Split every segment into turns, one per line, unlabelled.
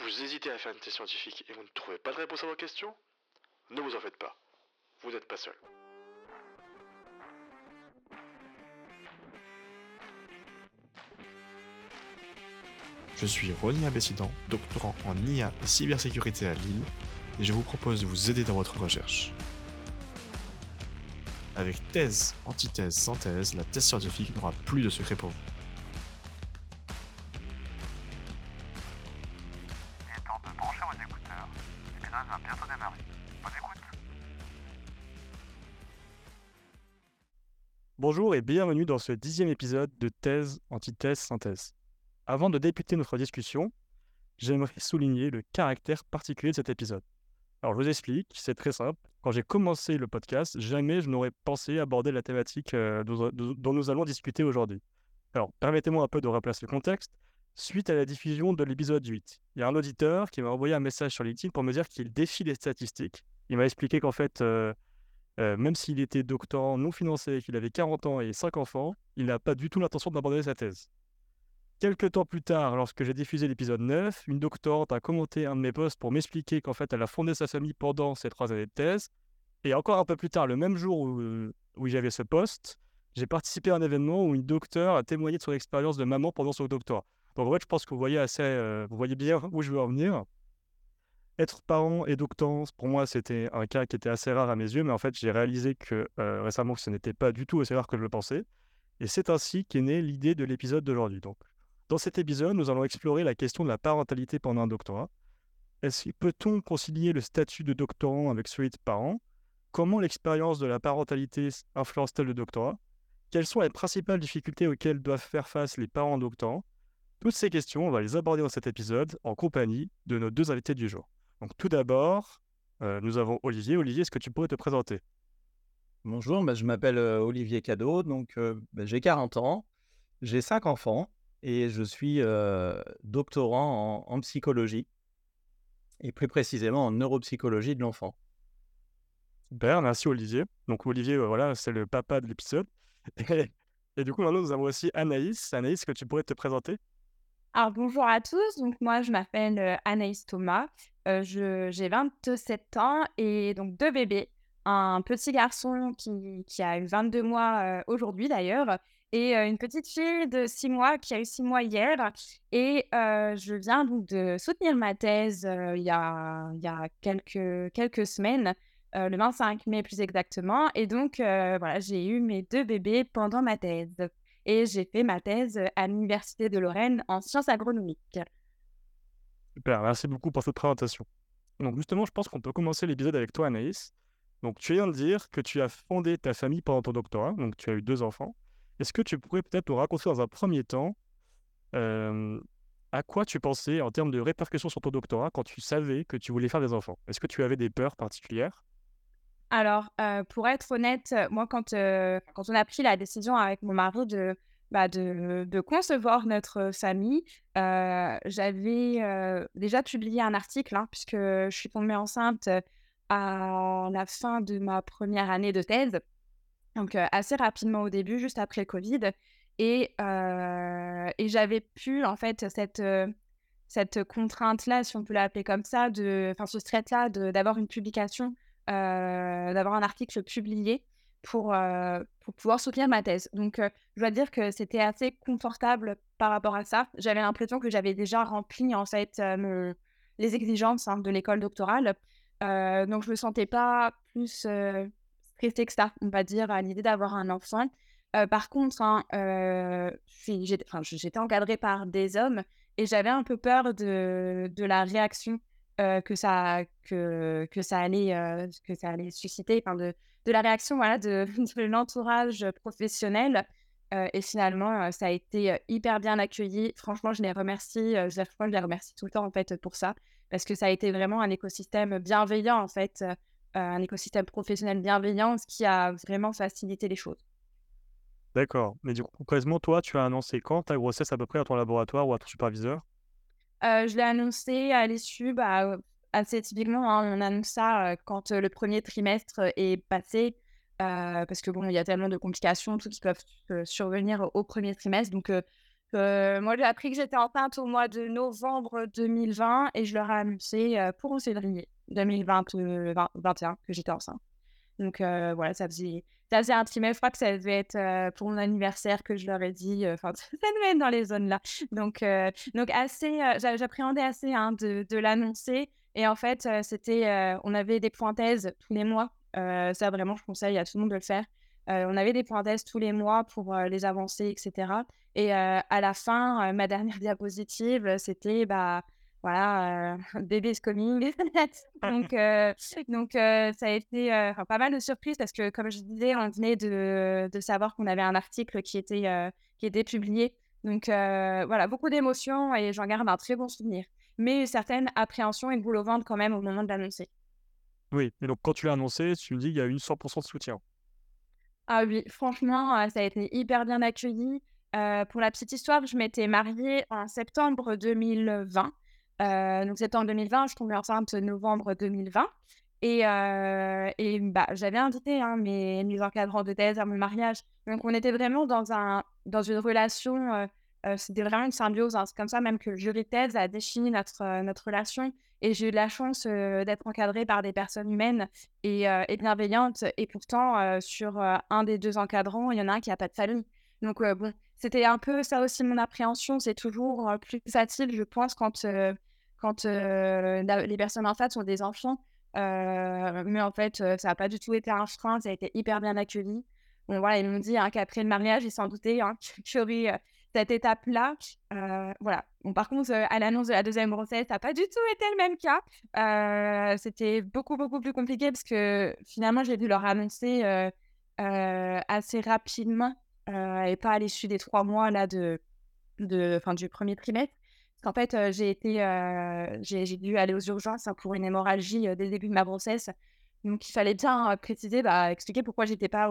Vous hésitez à faire une thèse scientifique et vous ne trouvez pas de réponse à vos questions? Ne vous en faites pas. Vous n'êtes pas seul. Je suis Ronnie Abessidan, doctorant en IA et cybersécurité à Lille, et je vous propose de vous aider dans votre recherche. Avec thèse, antithèse, synthèse, la thèse scientifique n'aura plus de secret pour vous.
Il est temps de brancher vos écouteurs. L'épisode va bientôt démarrer. Bonne écoute.
Bonjour et bienvenue dans ce 10e épisode de Thèse, Antithèse, Synthèse. Avant de débuter notre discussion, j'aimerais souligner le caractère particulier de cet épisode. Alors je vous explique, c'est très simple. Quand j'ai commencé le podcast, jamais je n'aurais pensé aborder la thématique dont nous allons discuter aujourd'hui. Alors permettez-moi un peu de replacer le contexte. Suite à la diffusion de l'épisode 8, il y a un auditeur qui m'a envoyé un message sur LinkedIn pour me dire qu'il défie les statistiques. Il m'a expliqué qu'en fait, même s'il était doctorant non financé, qu'il avait 40 ans et 5 enfants, il n'a pas du tout l'intention d'abandonner sa thèse. Quelques temps plus tard, lorsque j'ai diffusé l'épisode 9, une doctorante a commenté un de mes posts pour m'expliquer qu'en fait, elle a fondé sa famille pendant ces 3 années de thèse. Et encore un peu plus tard, le même jour où j'avais ce post, j'ai participé à un événement où une docteure a témoigné de son expérience de maman pendant son doctorat. Donc en fait, je pense que vous voyez bien où je veux en venir. Être parent et doctorant, pour moi, c'était un cas qui était assez rare à mes yeux, mais en fait, j'ai réalisé que récemment que ce n'était pas du tout aussi rare que je le pensais. Et c'est ainsi qu'est née l'idée de l'épisode d'aujourd'hui. Donc, dans cet épisode, nous allons explorer la question de la parentalité pendant un doctorat. Peut-on concilier le statut de doctorant avec celui de parent? Comment l'expérience de la parentalité influence-t-elle le doctorat? Quelles sont les principales difficultés auxquelles doivent faire face les parents doctorants? Toutes ces questions, on va les aborder dans cet épisode en compagnie de nos 2 invités du jour. Donc tout d'abord, nous avons Olivier. Olivier, est-ce que tu pourrais te présenter?
Bonjour, je m'appelle Olivier Cadot, j'ai 40 ans, j'ai 5 enfants et je suis doctorant en psychologie et plus précisément en neuropsychologie de l'enfant.
Super, merci Olivier. Donc Olivier, voilà, c'est le papa de l'épisode. Et du coup, maintenant, nous avons aussi Anaïs. Anaïs, est-ce que tu pourrais te présenter?
Alors bonjour à tous, donc moi je m'appelle Anaïs Thomas, j'ai 27 ans et donc 2 bébés. Un petit garçon qui a eu 22 mois aujourd'hui d'ailleurs et une petite fille de 6 mois qui a eu 6 mois hier et je viens donc de soutenir ma thèse il y a quelques semaines, le 25 mai plus exactement et donc voilà, j'ai eu mes 2 bébés pendant ma thèse. Et j'ai fait ma thèse à l'Université de Lorraine en sciences agronomiques.
Super, merci beaucoup pour cette présentation. Donc justement, je pense qu'on peut commencer l'épisode avec toi, Anaïs. Donc tu viens de dire que tu as fondé ta famille pendant ton doctorat, donc tu as eu 2 enfants. Est-ce que tu pourrais peut-être nous raconter dans un premier temps euh, à quoi tu pensais en termes de répercussions sur ton doctorat quand tu savais que tu voulais faire des enfants? Est-ce que tu avais des peurs particulières?
Alors, pour être honnête, moi quand on a pris la décision avec mon mari de concevoir notre famille, j'avais, déjà publié un article, hein, puisque je suis tombée enceinte, à la fin de ma première année de thèse. Donc, assez rapidement au début, juste après le covid et j'avais pu en fait cette contrainte-là, si on peut l'appeler comme ça, ce stress-là d'avoir une publication, d'avoir un article publié pour pouvoir soutenir ma thèse. Donc, je dois dire que c'était assez confortable par rapport à ça. J'avais l'impression que j'avais déjà rempli en fait, les exigences, hein, de l'école doctorale. Donc je me sentais pas plus, stressée que ça, on va dire, à l'idée d'avoir un enfant. Par contre, hein, j'étais encadrée par des hommes et j'avais un peu peur de la réaction, que ça allait susciter, enfin de la réaction, voilà, de de l'entourage professionnel. Et finalement, ça a été, hyper bien accueilli. Franchement, je les remercie, je les remercie tout le temps, en fait, pour ça. Parce que ça a été vraiment un écosystème bienveillant, en fait, un écosystème professionnel bienveillant, ce qui a vraiment facilité les choses.
D'accord. Mais du coup, concrètement, toi, tu as annoncé quand ta grossesse à peu près à ton laboratoire ou à ton superviseur?
Je l'ai annoncé à l'issue, assez typiquement, hein, on annonce ça, quand, le premier trimestre est passé, parce que bon, il y a tellement de complications, tout qui peuvent, survenir au premier trimestre. Donc, Moi, j'ai appris que j'étais enceinte au mois de novembre 2020 et je leur ai annoncé pour février 2021 que j'étais enceinte. Donc voilà, ça faisait un trimestre. Je crois que ça devait être pour mon anniversaire que je leur ai dit. Enfin, ça devait être dans les zones là. Donc assez, j'appréhendais assez hein, de l'annoncer. Et en fait, on avait des points thèse tous les mois. Ça, vraiment, je conseille à tout le monde de le faire. On avait des points thèse tous les mois pour les avancées, etc. Et à la fin, ma dernière diapositive, c'était bah, voilà, baby is coming. Donc, ça a été enfin, pas mal de surprises parce que, comme je disais, on venait de savoir qu'on avait un article qui était publié. Donc, voilà, beaucoup d'émotions et j'en garde un très bon souvenir. Mais une certaine appréhension et boule au ventre quand même au moment de l'annoncer.
Oui, et donc quand tu l'as annoncé, tu me dis qu'il y a eu 100 de soutien.
Ah oui, franchement, ça a été hyper bien accueilli. Pour la petite histoire, je m'étais mariée en septembre 2020. Donc septembre 2020, je tombais enceinte novembre 2020 et bah, j'avais invité, hein, mes encadrants de thèse à mon mariage. Donc on était vraiment dans une relation, c'était vraiment une symbiose, hein. C'est comme ça même que le jury de thèse a défini notre relation et j'ai eu de la chance, d'être encadrée par des personnes humaines et bienveillante. Et pourtant, sur un des deux encadrants, il y en a un qui n'a pas de famille. Donc, bon, c'était un peu ça aussi mon appréhension. C'est toujours plus facile, je pense, quand les personnes en face ont des enfants. Mais en fait, ça n'a pas du tout été un frein. Ça a été hyper bien accueilli. Bon, voilà, ils m'ont dit hein, qu'après le mariage, ils s'en doutaient hein, qu'il y aurait cette étape-là. Voilà. Bon, par contre, à l'annonce de la deuxième grossesse, ça n'a pas du tout été le même cas. C'était beaucoup, beaucoup plus compliqué parce que finalement, j'ai dû leur annoncer assez rapidement et pas à l'issue des 3 mois là, du premier trimestre. Parce qu'en fait, j'ai dû aller aux urgences hein, pour une hémorragie dès le début de ma grossesse. Donc, il fallait bien préciser, bah, expliquer pourquoi j'étais pas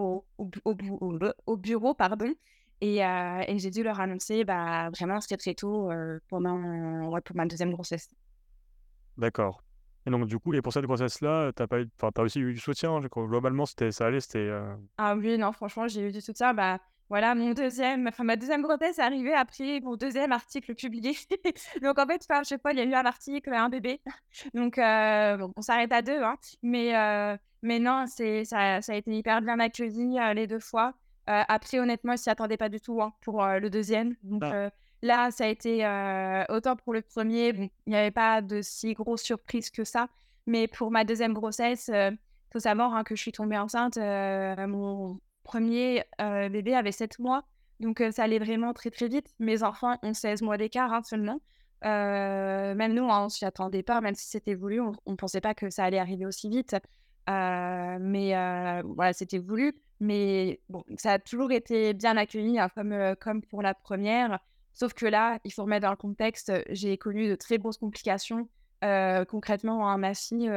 au bureau, pardon. Et j'ai dû leur annoncer bah, vraiment très, très tôt pour ma deuxième grossesse.
D'accord. Et donc du coup, et pour cette grossesse-là, t'as aussi eu du soutien, je crois, globalement, ça allait,
Ah oui, non, franchement, j'ai eu du soutien. Bah, voilà, ma deuxième grossesse est arrivée après mon deuxième article publié. Donc, en fait, enfin, je sais pas, il y a eu un article et un bébé. Donc, bon, on s'arrête à 2, hein. Mais non, ça a été hyper bien accueilli les 2 fois. Après, honnêtement, ils s'y attendaient pas du tout hein, pour le deuxième. Donc,
Ah.
là, ça a été autant pour le premier, bon, il n'y avait pas de si grosse surprise que ça. Mais pour ma deuxième grossesse, faut savoir hein, que je suis tombée enceinte. Mon premier bébé avait 7 mois. Donc, ça allait vraiment très, très vite. Mes enfants ont 16 mois d'écart hein, seulement. Même nous, hein, on ne s'y attendait pas, même si c'était voulu. On ne pensait pas que ça allait arriver aussi vite. Mais voilà, c'était voulu. Mais bon, ça a toujours été bien accueilli, hein, comme pour la première. Sauf que là, il faut remettre dans le contexte, j'ai connu de très grosses complications. Concrètement, hein, ma fille,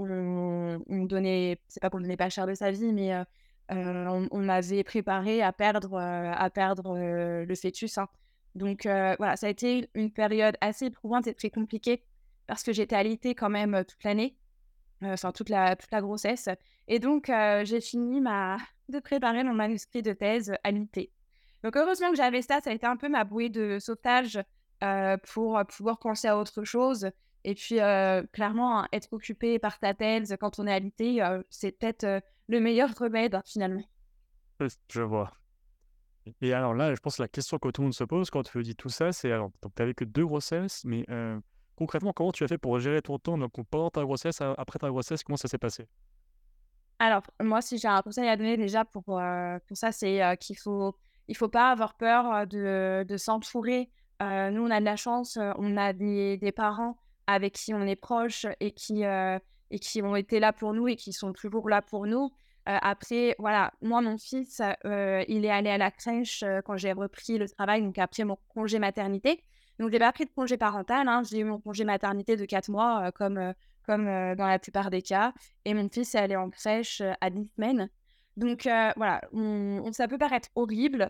on donnait, c'est pas qu'on donnait pas cher de sa vie, mais on m'avait préparée à perdre le fœtus. Hein. Donc voilà, ça a été une période assez éprouvante et très compliquée parce que j'étais alitée quand même toute l'année, enfin toute la grossesse. Et donc j'ai fini de préparer mon manuscrit de thèse alitée. Donc heureusement que j'avais ça a été un peu ma bouée de sauvetage pour pouvoir penser à autre chose. Et puis clairement, hein, être occupé par ta thèse quand on est alité, c'est peut-être le meilleur remède hein, finalement.
Je vois. Et alors là, je pense que la question que tout le monde se pose quand tu dis tout ça, c'est alors, donc tu que 2 grossesses, mais concrètement, comment tu as fait pour gérer ton temps donc pendant ta grossesse, après ta grossesse, comment ça s'est passé?
Alors, moi, si j'ai un conseil à donner déjà pour ça, c'est il faut pas avoir peur de s'entourer. Nous, on a de la chance, on a des parents avec qui on est proche et qui ont été là pour nous et qui sont toujours là pour nous. Après, voilà, moi, mon fils, il est allé à la crèche quand j'ai repris le travail, donc après mon congé maternité. Donc, j'ai pas pris de congé parental, hein, j'ai eu mon congé maternité de 4 mois, comme dans la plupart des cas. Et mon fils est allé en crèche à 10 semaines. Donc voilà, ça peut paraître horrible,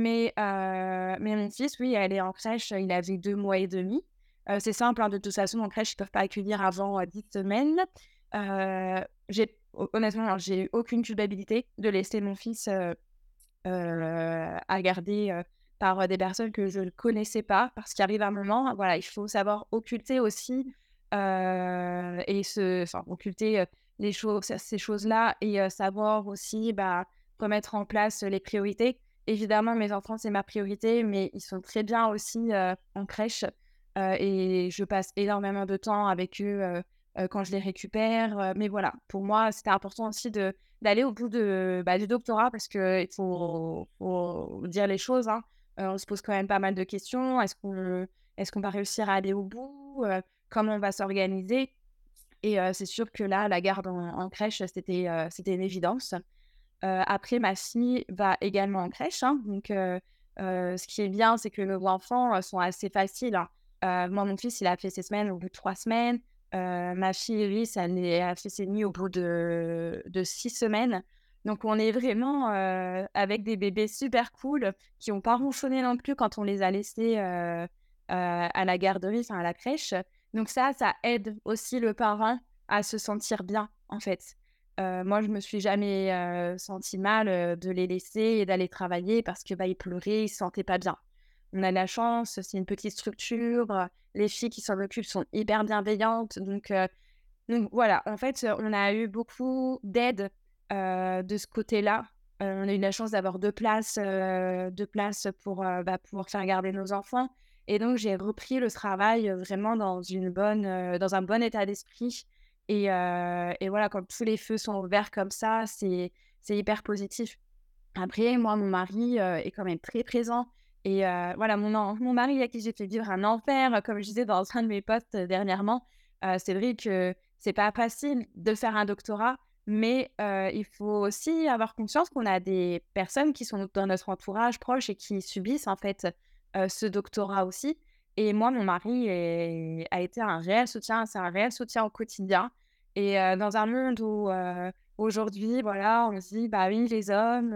mais mon fils, oui, est allé en crèche, il avait 2 mois et demi. C'est simple, hein, de toute façon, en crèche, ils ne peuvent pas accueillir avant 10 semaines. Honnêtement, hein, j'ai eu aucune culpabilité de laisser mon fils à garder par des personnes que je ne connaissais pas, parce qu'il arrive un moment, voilà, il faut savoir occulter aussi occulter les choses, ces choses-là et savoir aussi remettre en place les priorités. Évidemment, mes enfants, c'est ma priorité, mais ils sont très bien aussi en crèche et je passe énormément de temps avec eux quand je les récupère. Mais voilà, pour moi, c'était important aussi d'aller au bout du doctorat parce qu'il faut dire les choses. Hein. On se pose quand même pas mal de questions. Est-ce qu'on va réussir à aller au bout comment on va s'organiser. Et c'est sûr que là, la garde en crèche, c'était une évidence. Après, ma fille va également en crèche, hein, donc ce qui est bien, c'est que nos enfants sont assez faciles, hein. Moi, mon fils, il a fait ses semaines au bout de 3 semaines. Ma fille, Iris, elle a fait ses nuits au bout de 6 semaines. Donc on est vraiment avec des bébés super cool qui n'ont pas ronchonné non plus quand on les a laissés à la garderie, enfin à la crèche. Donc ça aide aussi le parent à se sentir bien, en fait. Moi, je me suis jamais sentie mal de les laisser et d'aller travailler parce que ils pleuraient, ils se sentaient pas bien. On a de la chance, c'est une petite structure, les filles qui s'en occupent sont hyper bienveillantes. Donc voilà, en fait, on a eu beaucoup d'aide de ce côté-là. On a eu la chance d'avoir 2 places pour pouvoir faire garder nos enfants. Et donc, j'ai repris le travail vraiment dans un bon état d'esprit. Et voilà, quand tous les feux sont ouverts comme ça, c'est hyper positif. Après, moi, mon mari est quand même très présent. Et voilà, mon mari à qui j'ai fait vivre un enfer, comme je disais dans un de mes posts dernièrement, c'est vrai que c'est pas facile de faire un doctorat, mais il faut aussi avoir conscience qu'on a des personnes qui sont dans notre entourage proche et qui subissent en fait ce doctorat aussi. Et moi, mon mari a été un réel soutien, c'est un réel soutien au quotidien. Et dans un monde où aujourd'hui, voilà, on se dit, bah oui, les hommes,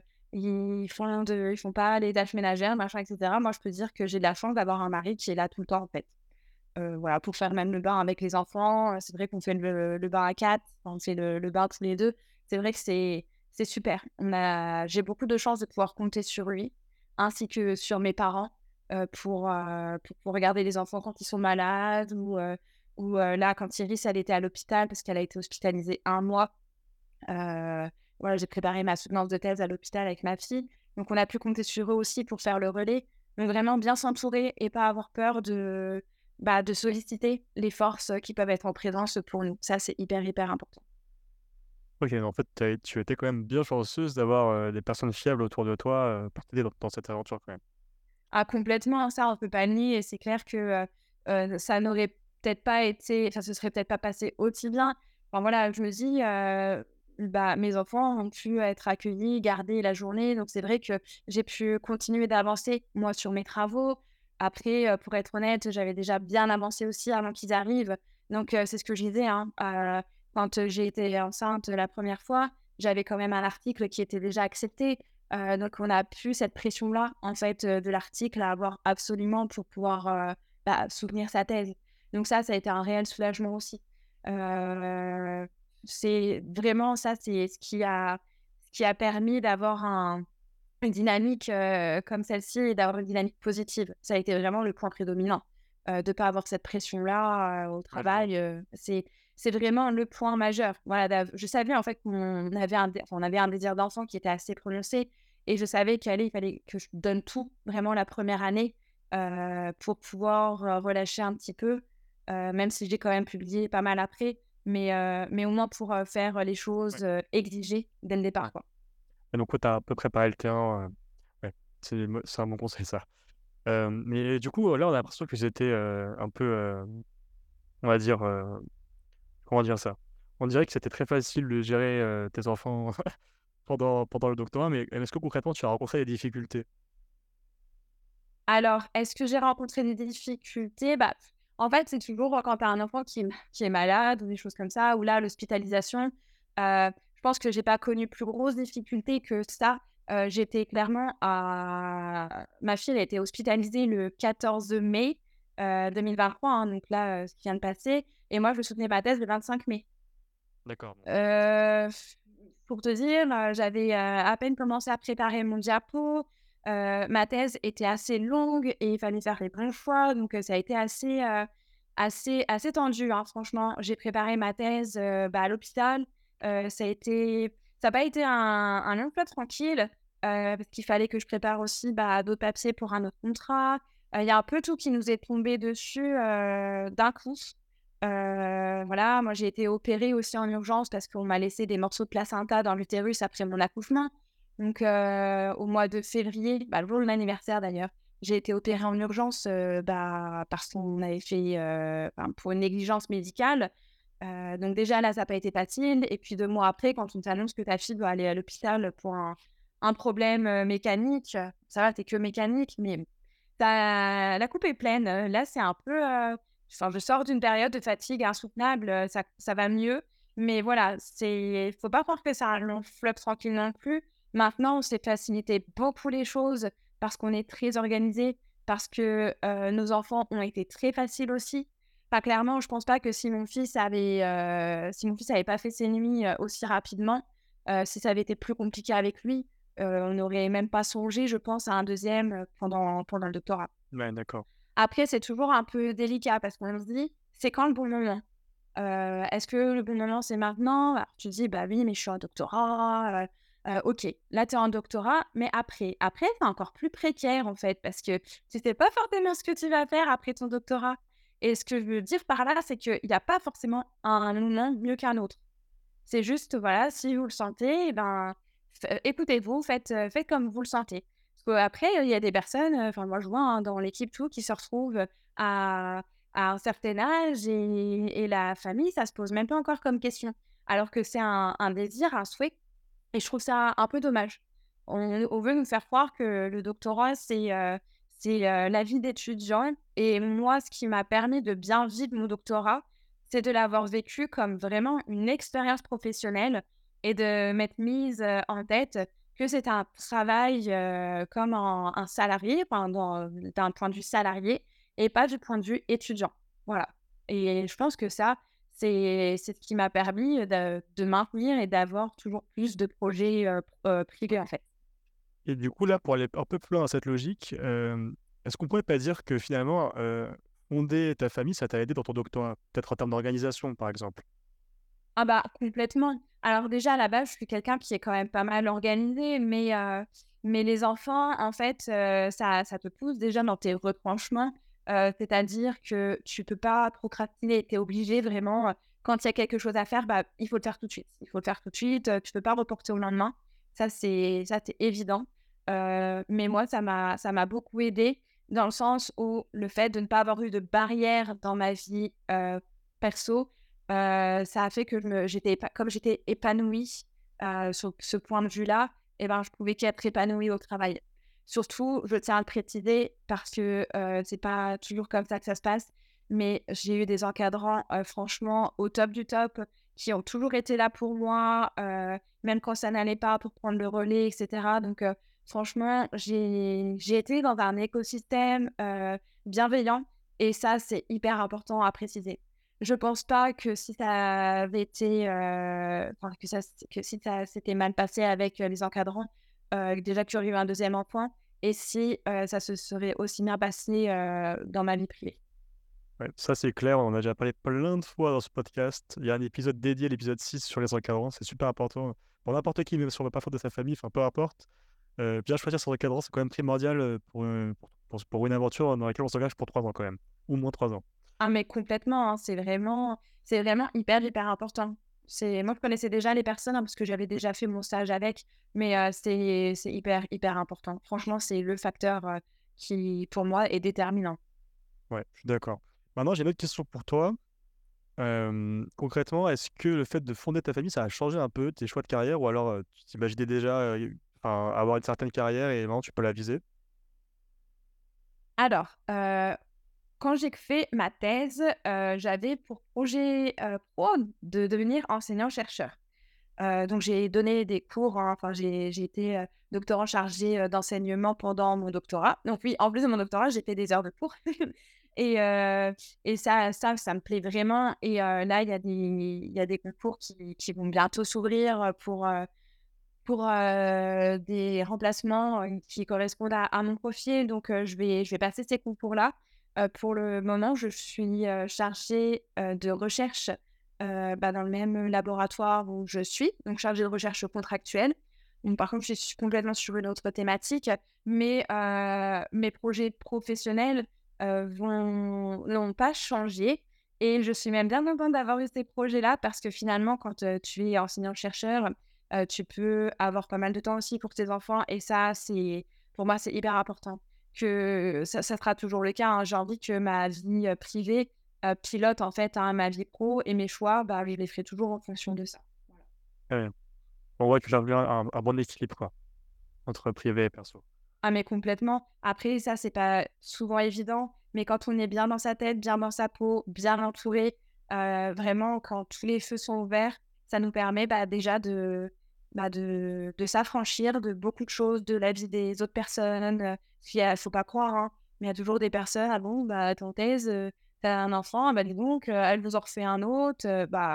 ils font pas les tâches ménagères, machin, etc. Moi, je peux dire que j'ai de la chance d'avoir un mari qui est là tout le temps, en fait. Voilà, pour faire même le bain avec les enfants. C'est vrai qu'on fait le bain à 4, on fait le bain tous les 2. C'est vrai que c'est super. J'ai beaucoup de chance de pouvoir compter sur lui, ainsi que sur mes parents, pour regarder les enfants quand ils sont malades ou là, quand Iris, elle était à l'hôpital parce qu'elle a été hospitalisée 1 mois. Voilà, j'ai préparé ma soutenance de thèse à l'hôpital avec ma fille. Donc, on a pu compter sur eux aussi pour faire le relais. Mais vraiment bien s'entourer et pas avoir peur de solliciter les forces qui peuvent être en présence pour nous. Ça, c'est hyper, hyper important.
Ok, en fait, tu étais quand même bien chanceuse d'avoir des personnes fiables autour de toi pour t'aider dans cette aventure quand même.
Ah, complètement, hein, ça, on peut pas le nier. Et c'est clair que ça n'aurait peut-être pas été... Enfin, ce serait peut-être pas passé aussi bien. Enfin, voilà, je me dis... mes enfants ont pu être accueillis, gardés la journée. Donc, c'est vrai que j'ai pu continuer d'avancer, moi, sur mes travaux. Après, pour être honnête, j'avais déjà bien avancé aussi avant qu'ils arrivent. Donc, c'est ce que je disais. Hein, quand j'ai été enceinte la première fois, j'avais quand même un article qui était déjà accepté. Donc, on a pu cette pression-là, en fait, de l'article à avoir absolument pour pouvoir soutenir sa thèse. Donc, ça a été un réel soulagement aussi. C'est vraiment ça, c'est ce qui a permis d'avoir une dynamique comme celle-ci et d'avoir une dynamique positive. Ça a été vraiment le point prédominant. De ne pas avoir cette pression-là au
Ouais, je vois.
travail, c'est vraiment le point majeur. Voilà, je savais en fait qu'on avait on avait un désir d'enfant qui était assez prononcé et je savais il fallait que je donne tout vraiment la première année pour pouvoir relâcher un petit peu, même si j'ai quand même publié pas mal après. Mais au moins pour faire les choses exigées dès le départ,
Ouais.
quoi.
Et donc, tu as un peu préparé le terrain. Ouais, c'est un bon conseil, ça. Mais du coup, là, on a l'impression que j'étais un peu, on va dire, comment dire ça? On dirait que c'était très facile de gérer tes enfants pendant le doctorat, mais est-ce que concrètement, tu as rencontré des difficultés?
Alors, est-ce que j'ai rencontré des difficultés? En fait, c'est toujours quand tu as un enfant qui est malade ou des choses comme ça, ou là, l'hospitalisation, je pense que j'ai pas connu plus grosse difficulté que ça. J'étais clairement à ma fille, elle a été hospitalisée le 14 mai 2023, hein, donc là, ce qui vient de passer et moi, je soutenais ma thèse le 25 mai.
D'accord, donc
Heu, pour te dire, j'avais à peine commencé à préparer mon diapo. Ma thèse était assez longue et il fallait faire les bons choix, donc ça a été assez tendu, hein, franchement. J'ai préparé ma thèse, à l'hôpital. Ça a pas été un long fleuve tranquille, parce qu'il fallait que je prépare aussi, d'autres papiers pour un autre contrat. Il y a un peu tout qui nous est tombé dessus, d'un coup. Voilà, moi, j'ai été opérée aussi en urgence parce qu'on m'a laissé des morceaux de placenta dans l'utérus après mon accouchement. Donc, au mois de février, le jour de mon anniversaire d'ailleurs, j'ai été opérée en urgence, parce qu'on avait fait, pour une négligence médicale. Donc déjà là, ça n'a pas été facile. Et puis 2 mois après, quand on t'annonce que ta fille doit aller à l'hôpital pour un problème, mécanique, ça va, tu que mécanique, mais la coupe est pleine. Là, c'est un peu, je sors d'une période de fatigue insoutenable, ça va mieux. Mais voilà, faut pas croire que c'est un long fleuve tranquille non plus. Maintenant, on s'est facilité beaucoup les choses parce qu'on est très organisés, parce que, nos enfants ont été très faciles aussi. Enfin, clairement, je pense pas que si mon fils avait pas fait ses nuits, aussi rapidement, si ça avait été plus compliqué avec lui, on n'aurait même pas songé, je pense, à un deuxième e pendant le doctorat.
Ouais, d'accord.
Après, c'est toujours un peu délicat parce qu'on se dit: «C'est quand le bon moment?» Est-ce que le bon moment, c'est maintenant? Alors tu te dis: «Bah oui, mais je suis en doctorat, OK, là, tu es en doctorat, mais après?» Après, c'est encore plus précaire, en fait, parce que tu sais pas forcément ce que tu vas faire après ton doctorat. Et ce que je veux dire par là, c'est qu'il y a pas forcément un moment mieux qu'un autre. C'est juste, voilà, si vous le sentez, écoutez-vous, faites comme vous le sentez. Parce qu'après, il y a des personnes, enfin moi je vois, hein, dans l'équipe tout, qui se retrouvent à à un certain âge et la famille, ça se pose même pas encore comme question. Alors que c'est un désir, un souhait et je trouve ça un peu dommage. On veut nous faire croire que le doctorat, c'est la vie d'étudiant et moi, ce qui m'a permis de bien vivre mon doctorat, c'est de l'avoir vécu comme vraiment une expérience professionnelle et de m'être mise, en tête que c'est un travail, comme un salarié, enfin d'un point de vue salarié et pas du point de vue étudiant. Voilà et je pense que ça, c'est ce qui m'a permis de maintenir et d'avoir toujours plus de projets, privés, en fait.
Et du coup, là, pour aller un peu plus loin dans cette logique, est-ce qu'on pourrait pas dire que finalement, fonder ta famille, ça t'a aidé dans ton doctorat? Peut-être en termes d'organisation, par exemple?
Ah complètement. Alors déjà, à la base, je suis quelqu'un qui est quand même pas mal organisé, mais les enfants, en fait, ça te pousse déjà dans tes retranchements. C'est-à-dire que tu peux pas procrastiner. Tu es obligé vraiment, quand il y a quelque chose à faire, il faut le faire tout de suite. Il faut le faire tout de suite, tu peux pas reporter au lendemain. C'est évident. Mais moi, ça m'a beaucoup aidée dans le sens où le fait de ne pas avoir eu de barrière dans ma vie, perso, ça a fait que comme j'étais épanouie, sur ce point de vue-là et je pouvais qu'être épanouie au travail. Surtout, je tiens à le préciser parce que, c'est pas toujours comme ça que ça se passe, mais j'ai eu des encadrants, franchement au top du top, qui ont toujours été là pour moi, même quand ça n'allait pas pour prendre le relais et cetera. Donc, franchement, j'ai été dans un écosystème, bienveillant et ça, c'est hyper important à préciser. Je pense pas que si ça avait été, que si ça s'était mal passé avec, les encadrants, déjà que j'aurais eu un deuxième enfant et si, ça se serait aussi bien passé, dans ma vie privée.
Ouais, ça, c'est clair, on en a déjà parlé plein de fois dans ce podcast. Il y a un épisode dédié, l'épisode 6 sur les encadrants, c'est super important pour n'importe qui, même si on ne veut pas fonder sa famille, enfin peu importe. Bien choisir son encadrant, c'est quand même primordial, pour une aventure dans laquelle on s'engage pour 3 ans quand même, au moins 3 ans.
Ah mais complètement, hein, c'est vraiment hyper, hyper important. Moi, je connaissais déjà les personnes, hein, parce que j'avais déjà fait mon stage avec, mais c'est hyper, hyper important. Franchement, c'est le facteur, qui, pour moi, est déterminant.
Ouais, je suis d'accord. Maintenant, j'ai une autre question pour toi. Concrètement, est-ce que le fait de fonder ta famille, ça a changé un peu tes choix de carrière ou alors, tu t'imaginais déjà, avoir une certaine carrière et maintenant tu peux la viser?
Alors, quand j'ai fait ma thèse, j'avais pour projet, pro de devenir enseignant-chercheur. Donc j'ai donné des cours, hein, enfin j'ai été, doctorant chargé, d'enseignement pendant mon doctorat. Donc oui, en plus de mon doctorat, j'ai fait des heures de cours et ça me plaît vraiment et là, il y a des concours qui vont bientôt s'ouvrir, pour des remplacements qui correspondent à mon profil. Donc, je vais passer ces concours-là. Pour le moment, je suis chargée de recherche dans le même laboratoire où je suis, donc chargée de recherche contractuelle. Donc, par contre, je suis complètement sur une autre thématique, mais mes projets professionnels n'ont pas changé. Et je suis même bien contente d'avoir eu ces projets-là parce que finalement, quand tu es enseignant-chercheur, tu peux avoir pas mal de temps aussi pour tes enfants. Et ça, pour moi, c'est hyper important. Que ça sera toujours le cas, hein. J'ai envie que ma vie privée pilote en fait ma vie pro et mes choix, je les ferai toujours en fonction de ça. Voilà.
Ouais. En vrai, tu cherches bien un bon équilibre, quoi, entre privé et perso.
Ah, mais complètement. Après, ça, c'est pas souvent évident, mais quand on est bien dans sa tête, bien dans sa peau, bien entouré, vraiment, quand tous les feux sont ouverts, ça nous permet déjà de s'affranchir de beaucoup de choses, de la vie des autres personnes. Faut pas croire, hein, mais il y a toujours des personnes, ah bon, ton thèse, t'as un enfant, dis donc, elle vous en refait un autre,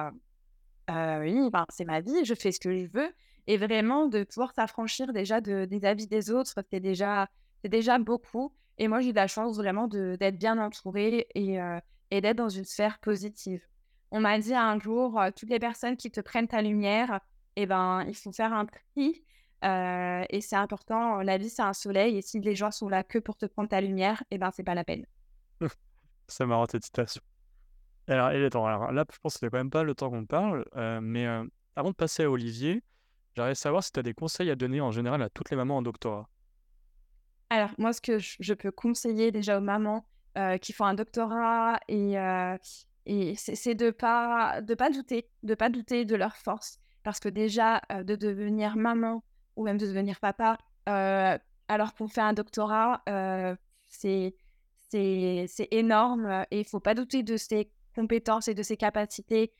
oui, c'est ma vie, je fais ce que je veux et vraiment de pouvoir s'affranchir déjà des avis des autres, c'est déjà beaucoup et moi, j'ai de la chance vraiment d'être bien entourée et d'être dans une sphère positive. On m'a dit un jour, toutes les personnes qui te prennent ta lumière il faut faire un tri, et c'est important, la vie, c'est un soleil et si les gens sont là que pour te prendre ta lumière c'est pas la peine.
C'est marrant cette citation. Alors, et attends, alors là, je pense que c'est quand même pas le temps qu'on parle, mais avant de passer à Olivier, j'aimerais savoir si tu as des conseils à donner en général à toutes les mamans en doctorat.
Alors, moi, ce que je peux conseiller déjà aux mamans qui font un doctorat et c'est de pas douter de leur force. Parce que déjà, de devenir maman ou même de devenir papa, alors qu'on fait un doctorat, c'est, c'est énorme et il ne faut pas douter de ses compétences et de ses capacités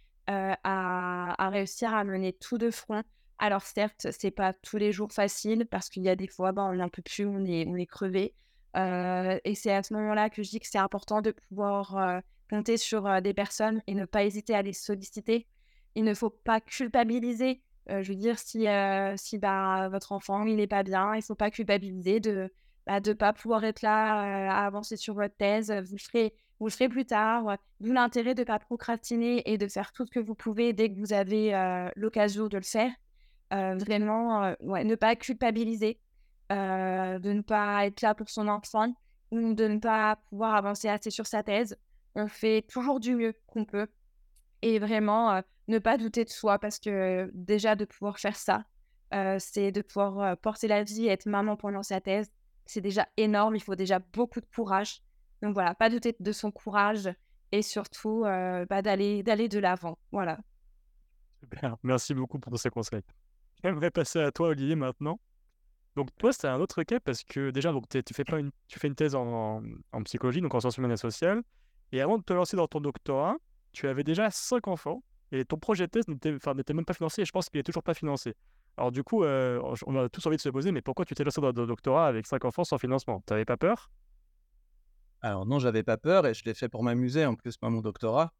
à réussir à mener tout de front. Alors certes, c'est pas tous les jours facile parce qu'il y a des fois, on n'en peut plus, on est crevé. Et c'est à ce moment-là que je dis que c'est important de pouvoir compter sur des personnes et ne pas hésiter à les solliciter. Il ne faut pas culpabiliser. Je veux dire, si votre enfant il n'est pas bien, il ne faut pas culpabiliser de pas pouvoir être là à avancer sur votre thèse. Vous le ferez plus tard. D'où l'intérêt de ne pas procrastiner et de faire tout ce que vous pouvez dès que vous avez l'occasion de le faire. Vraiment, ouais, ne pas culpabiliser, de ne pas être là pour son enfant ou de ne pas pouvoir avancer assez sur sa thèse. On fait toujours du mieux qu'on peut et vraiment, ne pas douter de soi parce que déjà de pouvoir faire ça, c'est de pouvoir porter la vie et être maman pendant sa thèse. C'est déjà énorme, il faut déjà beaucoup de courage. Donc voilà, pas douter de son courage et surtout, d'aller de l'avant. Voilà.
Super, merci beaucoup pour tous ces conseils. J'aimerais passer à toi, Olivier, maintenant. Donc, toi, c'est un autre cas parce que déjà, donc, tu fais une thèse en psychologie, donc en sciences humaines et sociales. Et avant de te lancer dans ton doctorat, tu avais déjà 5 enfants et ton projet de thèse n'était même pas financé et je pense qu'il est toujours pas financé. Alors, du coup, on a tous envie de se poser, mais pourquoi tu t'es lancé dans le doctorat avec 5 enfants sans financement? T'avais pas peur?
Alors non, j'avais pas peur et je l'ai fait pour m'amuser en plus, moi, mon doctorat.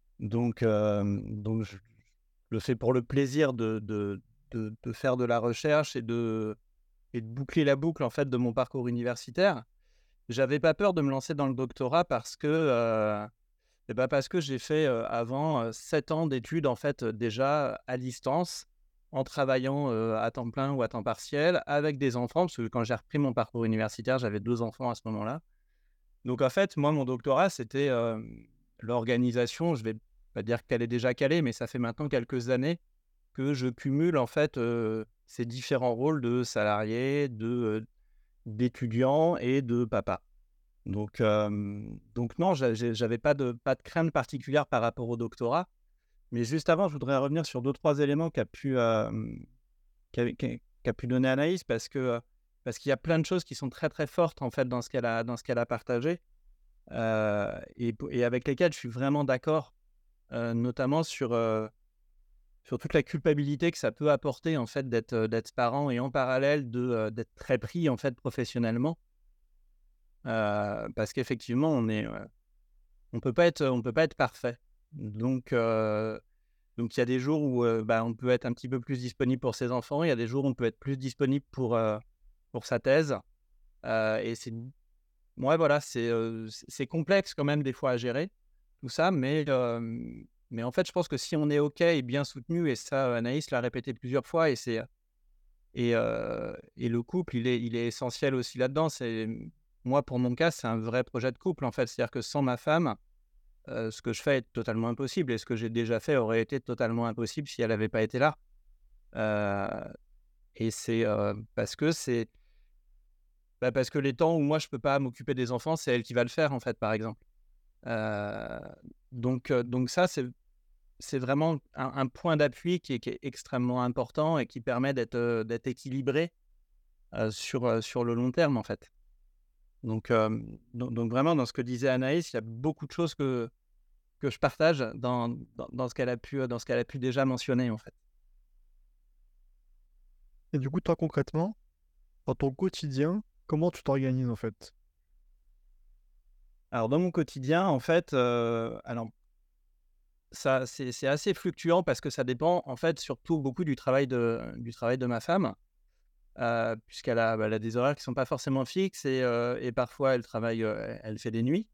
Donc je le fais pour le plaisir de faire de la recherche et de boucler la boucle, en fait, de mon parcours universitaire. J'avais pas peur de me lancer dans le doctorat parce que j'ai fait, avant, 7 ans d'études, en fait, déjà à distance, en travaillant, à temps plein ou à temps partiel avec des enfants. Parce que quand j'ai repris mon parcours universitaire, j'avais 2 enfants à ce moment-là. Donc en fait, moi, mon doctorat, c'était, l'organisation. Je vais pas dire qu'elle est déjà calée, mais ça fait maintenant quelques années que je cumule, en fait, ces différents rôles de salarié, d'étudiant et de papa. Donc non, j'avais pas de crainte particulière par rapport au doctorat. Mais juste avant, je voudrais revenir sur 2-3 éléments qu'a pu donner Anaïs parce qu'il y a plein de choses qui sont très, très fortes, en fait, dans ce qu'elle a partagé, et avec lesquelles je suis vraiment d'accord, notamment sur toute la culpabilité que ça peut apporter, en fait, d'être parent et en parallèle d'être très pris, en fait, professionnellement. Parce qu'effectivement, on peut pas être parfait. Donc Donc, il y a des jours où on peut être un petit peu plus disponible pour ses enfants. Il y a des jours où on peut être plus disponible pour sa thèse. Et ouais, voilà, c'est complexe quand même des fois à gérer tout ça. Mais en fait, je pense que si on est OK et bien soutenu, et ça, Anaïs l'a répété plusieurs fois, et le couple, il est essentiel aussi là-dedans. Moi, pour mon cas, c'est un vrai projet de couple, en fait. C'est-à-dire que sans ma femme, ce que je fais est totalement impossible, et ce que j'ai déjà fait aurait été totalement impossible si elle n'avait pas été là. Heu et c'est, parce que les temps où moi je peux pas m'occuper des enfants, c'est elle qui va le faire, en fait, par exemple. Heu, donc ça, c'est vraiment un point d'appui qui est extrêmement important et qui permet d'être équilibré, sur le long terme, en fait. Donc vraiment dans ce que disait Anaïs, il y a beaucoup de choses que je partage dans ce qu'elle a pu déjà mentionner, en fait.
Et du coup, toi, concrètement, dans ton quotidien, comment tu t'organises en fait?
Alors dans mon quotidien, en fait, alors ça c'est assez fluctuant parce que ça dépend, en fait, surtout beaucoup du travail de ma femme, elle a des horaires qui sont pas forcément fixes, et parfois elle travaille, elle fait des nuits.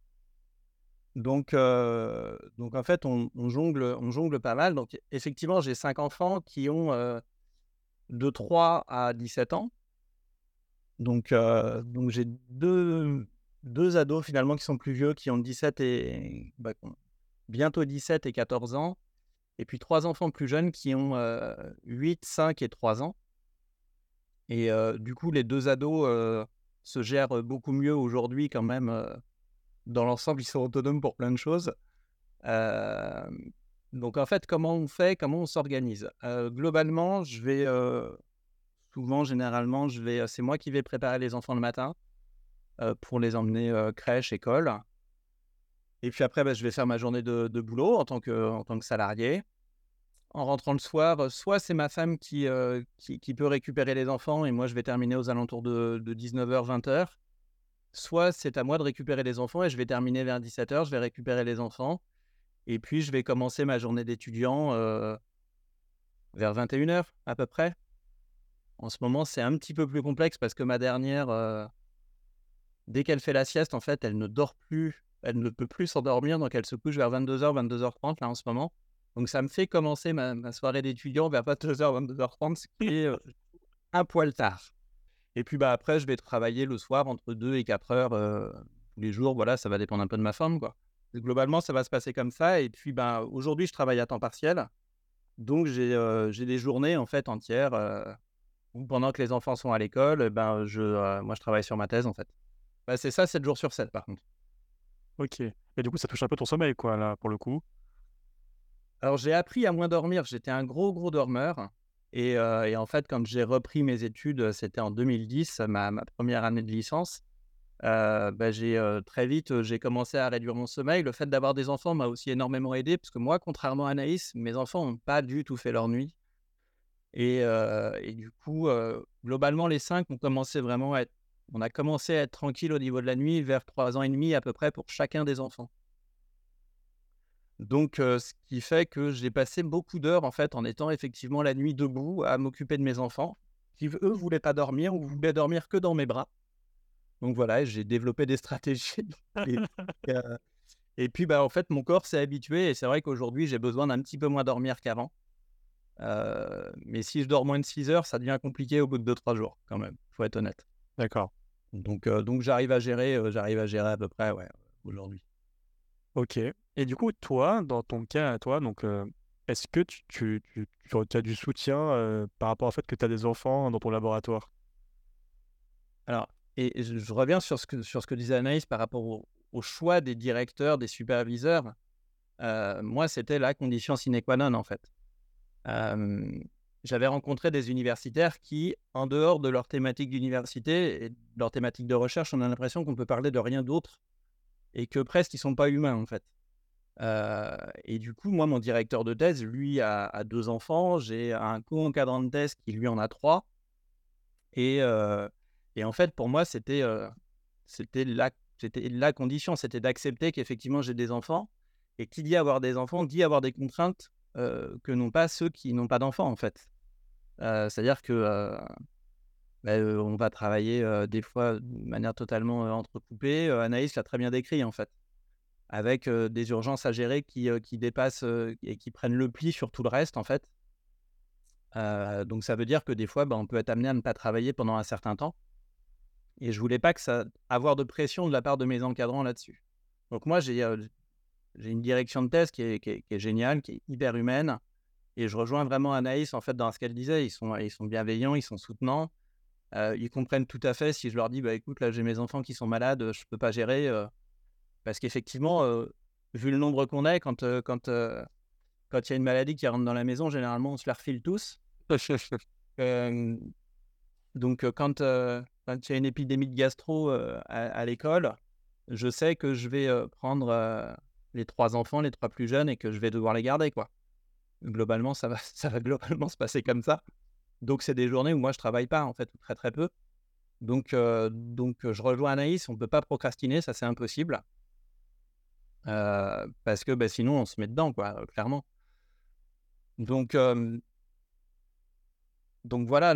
Donc en fait, on jongle pas mal. Donc effectivement, j'ai 5 enfants qui ont, de 3 à 17 ans. Donc j'ai deux ados finalement qui sont plus vieux, qui ont 17 qui ont bientôt 17 et 14 ans, et puis 3 enfants plus jeunes qui ont, 8, 5 et 3 ans. Et du coup, les 2 ados, se gèrent beaucoup mieux aujourd'hui quand même, dans l'ensemble, ils sont autonomes pour plein de choses. Hem, donc en fait, comment on fait? Comment on s'organise? Globalement, généralement, c'est moi qui vais préparer les enfants le matin, pour les emmener, crèche, école. Et puis après, je vais faire ma journée de boulot en tant que salarié. En rentrant le soir, soit c'est ma femme qui peut récupérer les enfants, et moi je vais terminer aux alentours de 19h-20h. Soit c'est à moi de récupérer les enfants et je vais terminer vers 17h, je vais récupérer les enfants, et puis je vais commencer ma journée d'étudiant, vers 21h à peu près. En ce moment, c'est un petit peu plus complexe parce que ma dernière, dès qu'elle fait la sieste, en fait, elle ne dort plus, elle ne peut plus s'endormir, donc elle se couche vers 22h, 22h30 là en ce moment. Donc ça me fait commencer ma soirée d'étudiant vers 22h, 22h30, ce qui est, un poil tard. Et puis, après, je vais travailler le soir entre 2 et 4 heures, tous les jours. Voilà, ça va dépendre un peu de ma forme, quoi. Globalement, ça va se passer comme ça. Et puis, aujourd'hui, je travaille à temps partiel. Donc j'ai des journées, en fait, entières, où pendant que les enfants sont à l'école, moi, je travaille sur ma thèse, en fait. C'est ça, 7 jours sur 7, par contre.
OK. Et du coup, ça touche un peu ton sommeil, quoi, là, pour le coup?
Alors, j'ai appris à moins dormir. J'étais un gros, gros dormeur, et en fait, quand j'ai repris mes études, c'était en 2010, ma 1re année de licence. Très vite, j'ai commencé à réduire mon sommeil. Le fait d'avoir des enfants m'a aussi énormément aidé parce que moi, contrairement à Anaïs, mes enfants n'ont pas du tout fait leur nuit, et du coup, globalement, les 5 on a commencé à être tranquille au niveau de la nuit vers 3 ans et demi à peu près pour chacun des enfants. Donc ce qui fait que j'ai passé beaucoup d'heures, en fait, en étant effectivement la nuit debout à m'occuper de mes enfants qui, eux, voulaient pas dormir ou voulaient dormir que dans mes bras. Donc voilà, j'ai développé des stratégies et heu et puis, en fait, mon corps s'est habitué, et c'est vrai qu'aujourd'hui, j'ai besoin d'un petit peu moins dormir qu'avant. Mais si je dors moins de 6 heures, ça devient compliqué au bout de 2-3 jours quand même, faut être honnête.
D'accord.
Donc j'arrive à gérer à peu près, ouais, aujourd'hui.
OK. Et du coup, toi, dans ton cas à toi, donc, est-ce que tu as du soutien, par rapport au fait que tu as des enfants dans ton laboratoire?
Alors, et je reviens sur ce que disait Anaïs par rapport au choix des directeurs, des superviseurs. Moi, c'était la condition sine qua non, en fait. Hem, J'avais rencontré des universitaires qui, en dehors de leur thématique d'université et de leur thématique de recherche, on a l'impression qu'on peut parler de rien d'autre et que presque ils sont pas humains, en fait. Et du coup, moi, mon directeur de thèse, lui, a 2 enfants. J'ai un co-encadrant de thèse qui, lui, en a 3. Et en fait, pour moi, c'était la condition, c'était d'accepter qu'effectivement j'ai des enfants, et qui dit avoir des enfants, dit avoir des contraintes que n'ont pas ceux qui n'ont pas d'enfants, en fait. C'est-à-dire que, on va travailler, des fois de manière totalement, entrecoupée. Anaïs l'a très bien décrit, en fait, avec, des urgences à gérer qui dépassent, et qui prennent le pli sur tout le reste, en fait. Donc ça veut dire que des fois, on peut être amené à ne pas travailler pendant un certain temps et je voulais pas que ça avoir de pression de la part de mes encadrants là-dessus. Donc moi, j'ai une direction de thèse qui est géniale, qui est hyper humaine et je rejoins vraiment Anaïs, en fait, dans ce qu'elle disait. Ils sont bienveillants, ils sont soutenants, ils comprennent tout à fait si je leur dis: «Bah, écoute, là, j'ai mes enfants qui sont malades, je peux pas gérer», parce qu'effectivement, vu le nombre qu'on est, quand il y a une maladie qui rentre dans la maison, généralement, on se la refile tous. Hem, donc quand il y a une épidémie de gastro, à l'école, je sais que je vais, prendre, les 3 enfants, les 3 plus jeunes et que je vais devoir les garder, quoi. Globalement, ça va ça va globalement se passer comme ça. Donc c'est des journées où moi je travaille pas, en fait, ou très, très peu. Donc je rejoins Anaïs, on peut pas procrastiner, ça c'est impossible, parce que, sinon on se met dedans, quoi, clairement. Donc hem Donc voilà,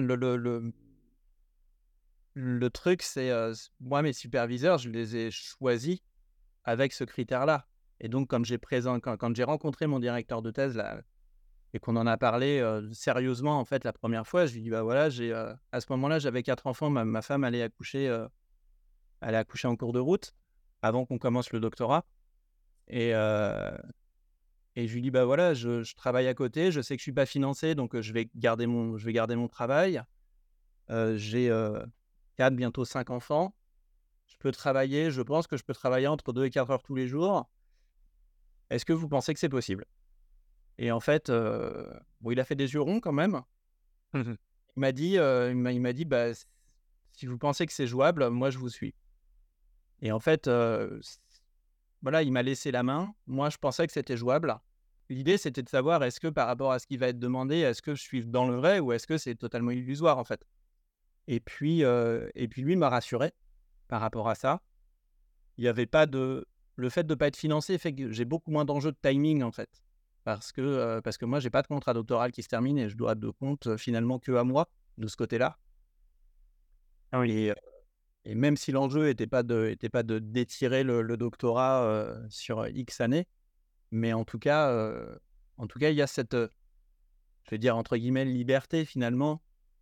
le truc, c'est, moi, mes superviseurs, je les ai choisis avec ce critère-là et donc quand j'ai rencontré mon directeur de thèse là et qu'on en a parlé, sérieusement, en fait, la première fois, je lui dis: «Bah, voilà, à ce moment-là, j'avais 4 enfants, ma femme allait accoucher en cours de route avant qu'on commence le doctorat et je lui dis: «Bah, voilà, je travaille à côté, je sais que je suis pas financé donc je vais garder mon travail». J'ai, 4, bientôt 5 enfants. Je pense que je peux travailler entre 2 et 4 heures tous les jours. Est-ce que vous pensez que c'est possible? Et en fait, bon, il a fait des yeux ronds quand même.
Mmh.
Il m'a dit: «Bah, si vous pensez que c'est jouable, moi je vous suis». Et en fait, voilà, il m'a laissé la main. Moi, je pensais que c'était jouable. L'idée, c'était de savoir est-ce que par rapport à ce qui va être demandé, est-ce que je suis dans le vrai ou est-ce que c'est totalement illusoire, en fait? Et puis lui m'a rassuré par rapport à ça. Il y avait pas de Le fait de pas être financé fait que j'ai beaucoup moins d'enjeux de timing, en fait. Parce que moi, j'ai pas de contrat doctoral qui se termine et je dois de compte, finalement que à moi, de ce côté-là.
Ah oui.
Et même si l'enjeu était pas de d'étirer le doctorat, sur, X années, mais en tout cas, il y a cette, je vais dire entre guillemets «liberté» finalement,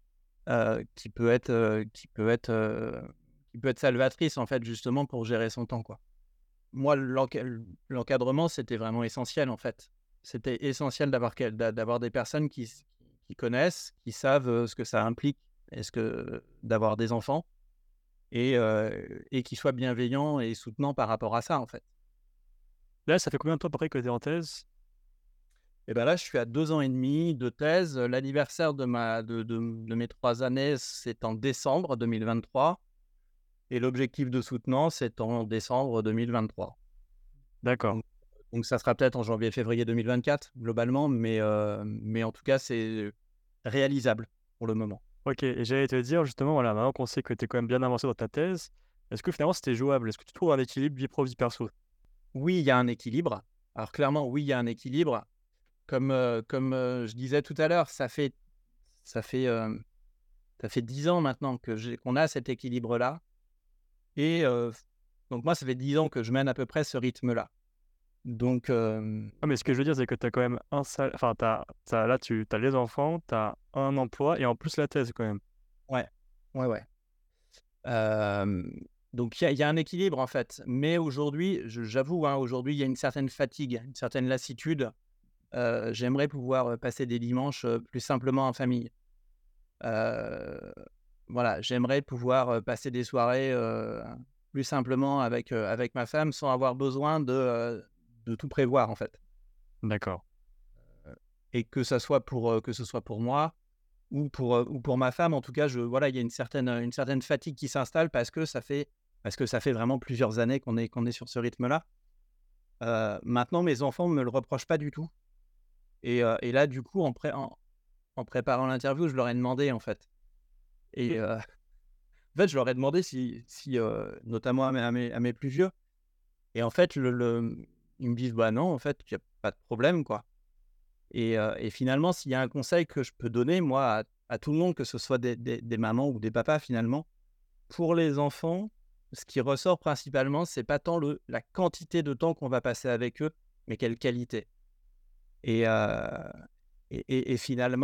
qui peut être salvatrice, en fait, justement pour gérer son temps, quoi. Moi, l'encadrement, c'était vraiment essentiel, en fait. C'était essentiel d'avoir des personnes qui connaissent, qui savent, ce que ça implique d'avoir des enfants et qui soient bienveillants et soutenants par rapport à ça, en fait.
Là, ça fait combien de temps à peu près que tu es en thèse?
Et ben là, je suis à 2 ans et demi de thèse. L'anniversaire de mes 3 années, c'est en décembre 2023 et l'objectif de soutenance, c'est en décembre 2023.
D'accord.
Donc ça sera peut-être en janvier-février 2024 globalement, mais en tout cas, c'est réalisable pour le moment.
OK, et j'allais te dire justement, voilà, maintenant qu'on sait que tu es quand même bien avancé dans ta thèse, est-ce que finalement c'était jouable? Est-ce que tu trouves un équilibre vie pro, vie perso?
Oui, il y a un équilibre. Alors clairement, oui, il y a un équilibre. Comme je disais tout à l'heure, ça fait, ça fait 10 ans maintenant qu'on a cet équilibre-là et donc moi, ça fait 10 ans que je mène à peu près ce rythme-là. Donc
Ah, mais ce que je veux dire, c'est que tu as quand même enfin, là, tu as les enfants, tu as un emploi et en plus la thèse quand même.
ouais, ouais, ouais. Hem, donc il y a un équilibre, en fait, mais aujourd'hui, j'avoue, hein, aujourd'hui, il y a une certaine fatigue, une certaine lassitude. J'aimerais pouvoir, passer des dimanches, plus simplement en famille. Heu, voilà, j'aimerais pouvoir, passer des soirées, plus simplement avec ma femme sans avoir besoin de tout prévoir, en fait.
D'accord.
Et que ce soit pour moi ou pour ma femme, en tout cas, voilà, il y a une certaine fatigue qui s'installe parce que ça fait vraiment plusieurs années qu'on est sur ce rythme-là. Maintenant, mes enfants ne me le reprochent pas du tout et là, du coup, en préparant l'interview, je leur ai demandé, en fait et en fait, je leur ai demandé si, notamment à mes plus vieux et en fait, ils me disent: «Bah, non, en fait, il y a pas de problème, quoi». Et finalement, s'il y a un conseil que je peux donner, moi, à tout le monde, que ce soit des mamans ou des papas, finalement, pour les enfants, ce qui ressort principalement, c'est pas tant la quantité de temps qu'on va passer avec eux, mais quelle qualité. Et, euh, et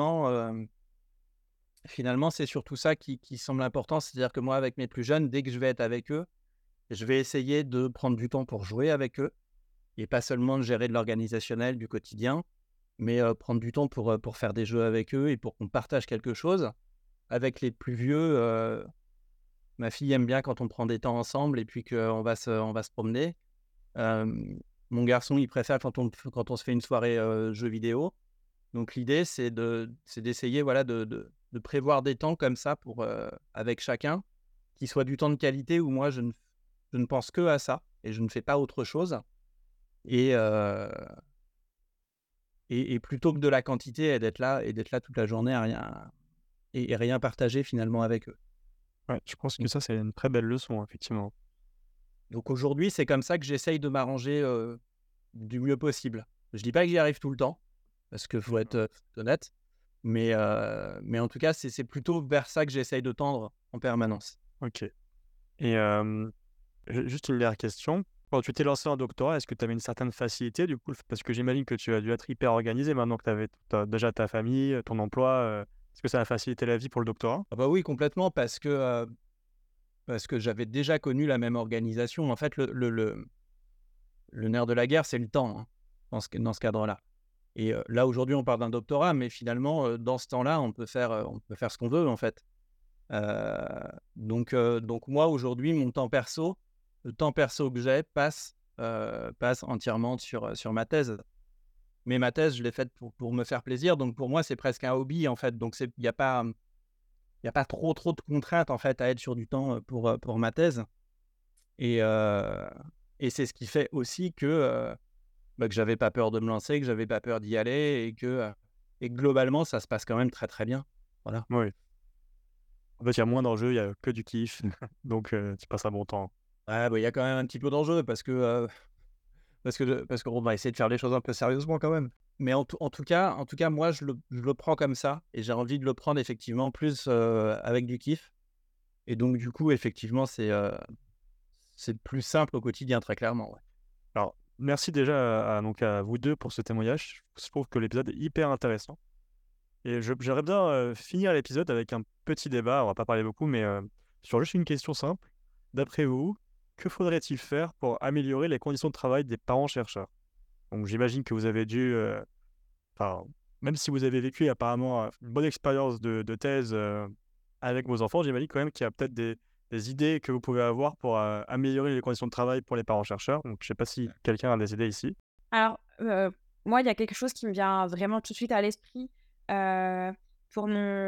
finalement, c'est surtout ça qui semble important. C'est-à-dire que moi, avec mes plus jeunes, dès que je vais être avec eux, je vais essayer de prendre du temps pour jouer avec eux et pas seulement de gérer de l'organisationnel du quotidien, mais prendre du temps pour faire des jeux avec eux et pour qu'on partage quelque chose. Avec les plus vieux, ma fille aime bien quand on prend des temps ensemble et puis qu'on on va se promener. Mon garçon, il préfère quand on se fait une soirée jeux vidéo. Donc l'idée, c'est d'essayer voilà, de prévoir des temps comme ça avec chacun, qui soit du temps de qualité où moi, je ne pense que à ça et je ne fais pas autre chose. Et, et plutôt que de la quantité, et d'être là toute la journée à rien, et rien partager finalement avec eux.
Ouais, je pense que ça, c'est une très belle leçon, effectivement.
Donc aujourd'hui, c'est comme ça que j'essaye de m'arranger du mieux possible. Je dis pas que j'y arrive tout le temps, parce qu'il faut être honnête, mais en tout cas, c'est plutôt vers ça que j'essaye de tendre en permanence.
Ok. Et juste une dernière question. Quand tu t'es lancé en doctorat, est-ce que tu avais une certaine facilité du coup? Parce que j'imagine que tu as dû être hyper organisé maintenant que tu avais déjà ta famille, ton emploi. Est-ce que ça a facilité la vie pour le doctorat?
Ah bah oui, complètement, parce que j'avais déjà connu la même organisation. En fait, le nerf de la guerre, c'est le temps, hein, dans ce cadre-là. Et là, aujourd'hui, on parle d'un doctorat, mais finalement, dans ce temps-là, on peut faire ce qu'on veut, en fait. Donc moi, aujourd'hui, le temps perso que j'ai passe entièrement sur ma thèse. Mais ma thèse, je l'ai faite pour me faire plaisir. Donc pour moi, c'est presque un hobby, en fait. Donc il n'y a pas trop de contraintes, en fait, à être sur du temps pour ma thèse. Et c'est ce qui fait aussi que j'avais pas peur de me lancer, que j'avais pas peur d'y aller et que globalement, ça se passe quand même très, très bien. Voilà.
Oui. En fait, il y a moins d'enjeux, il y a que du kiff. Donc, tu passes un bon temps.
Ouais, il y a quand même un petit peu d'enjeu parce qu'on va essayer de faire les choses un peu sérieusement quand même. Mais en tout cas, moi, je le prends comme ça et j'ai envie de le prendre effectivement plus avec du kiff. Et donc, du coup, effectivement, c'est plus simple au quotidien, très clairement. Ouais.
Alors, merci déjà donc à vous deux pour ce témoignage. Je trouve que l'épisode est hyper intéressant. Et j'aimerais bien finir l'épisode avec un petit débat. On va pas parler beaucoup, mais sur juste une question simple. D'après vous, que faudrait-il faire pour améliorer les conditions de travail des parents-chercheurs? Donc, j'imagine que vous avez dû, même si vous avez vécu apparemment une bonne expérience de thèse avec vos enfants, j'imagine quand même qu'il y a peut-être des idées que vous pouvez avoir pour améliorer les conditions de travail pour les parents-chercheurs. Donc, je ne sais pas si quelqu'un a des idées ici.
Alors, moi, il y a quelque chose qui me vient vraiment tout de suite à l'esprit. Pour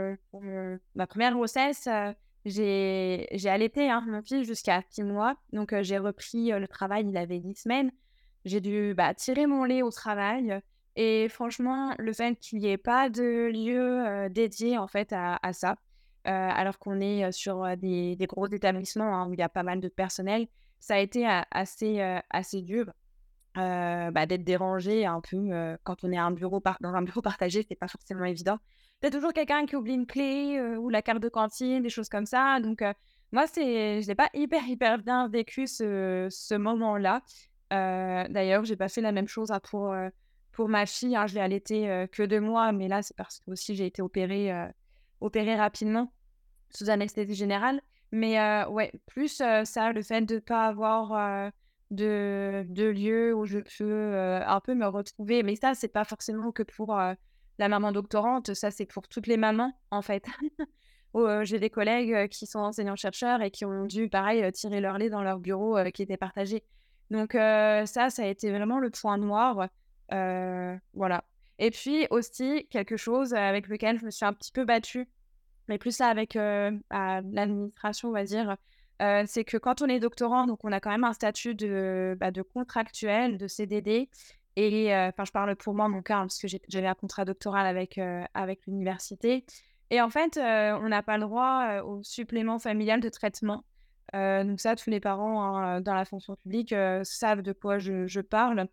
ma première grossesse, j'ai allaité mon fils jusqu'à 6 mois. Donc, j'ai repris le travail, il avait 10 semaines. J'ai dû tirer mon lait au travail. Et franchement, le fait qu'il n'y ait pas de lieu dédié en fait à ça, alors qu'on est sur des gros établissements où il y a pas mal de personnel, ça a été assez dur. D'être dérangé un peu quand on est dans un bureau partagé, c'est pas forcément évident. Il y a toujours quelqu'un qui oublie une clé ou la carte de cantine, des choses comme ça. Donc, moi, je l'ai pas hyper bien vécu ce moment-là. D'ailleurs, j'ai pas fait la même chose pour ma fille. Je l'ai allaitée que 2 mois, mais là, c'est parce que aussi j'ai été opérée rapidement sous anesthésie générale. Mais ouais, plus ça, le fait de pas avoir de lieu où je peux un peu me retrouver. Mais ça, c'est pas forcément que pour la maman doctorante, ça, c'est pour toutes les mamans, en fait. J'ai des collègues qui sont enseignants-chercheurs et qui ont dû, pareil, tirer leur lait dans leur bureau qui était partagé. Donc ça a été vraiment le point noir. Voilà. Et puis aussi, quelque chose avec lequel je me suis un petit peu battue, mais plus ça avec l'administration, on va dire, c'est que quand on est doctorant, donc on a quand même un statut de contractuel, de CDD. Et je parle pour moi, mon cas, parce que j'avais un contrat doctoral avec l'université. Et en fait, on n'a pas le droit au supplément familial de traitement. Donc ça, tous les parents hein, dans la fonction publique savent de quoi je parle.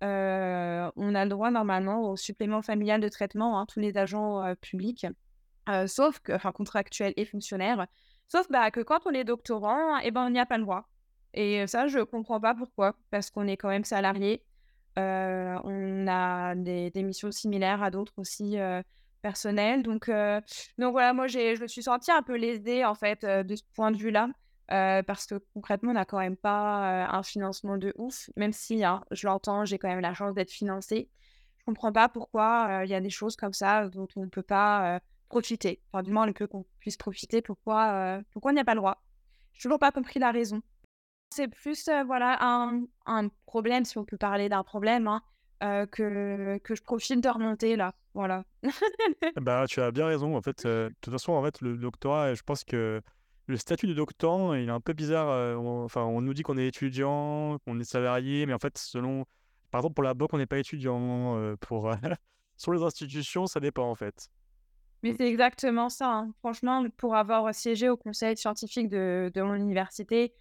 On a le droit normalement au supplément familial de traitement, hein, tous les agents publics, sauf que, enfin contractuels et fonctionnaires, sauf que quand on est doctorant, et ben, on n'y a pas le droit. Et ça, je comprends pas pourquoi, parce qu'on est quand même salarié. On a des missions similaires à d'autres aussi personnels. Donc voilà, moi, je me suis sentie un peu lésée, en fait, de ce point de vue-là. Parce que concrètement, on n'a quand même pas un financement de ouf, même si, hein, je l'entends, j'ai quand même la chance d'être financée. Je comprends pas pourquoi il y a des choses comme ça dont on ne peut pas profiter. Enfin, du moins, le peu qu'on puisse profiter, pourquoi on n'y a pas le droit. J'ai toujours pas compris la raison. C'est plus, voilà, un problème, si on peut parler d'un problème, hein, que je profite de remonter là, voilà.
Bah, tu as bien raison. En fait, de toute façon, en fait, le doctorat, je pense que le statut de doctorant, il est un peu bizarre. Enfin, on nous dit qu'on est étudiant, qu'on est salarié, mais en fait, par exemple, pour la BOC, on n'est pas étudiant. Sur les institutions, ça dépend, en fait.
Mais c'est exactement ça, hein. Franchement, pour avoir siégé au conseil scientifique de mon université,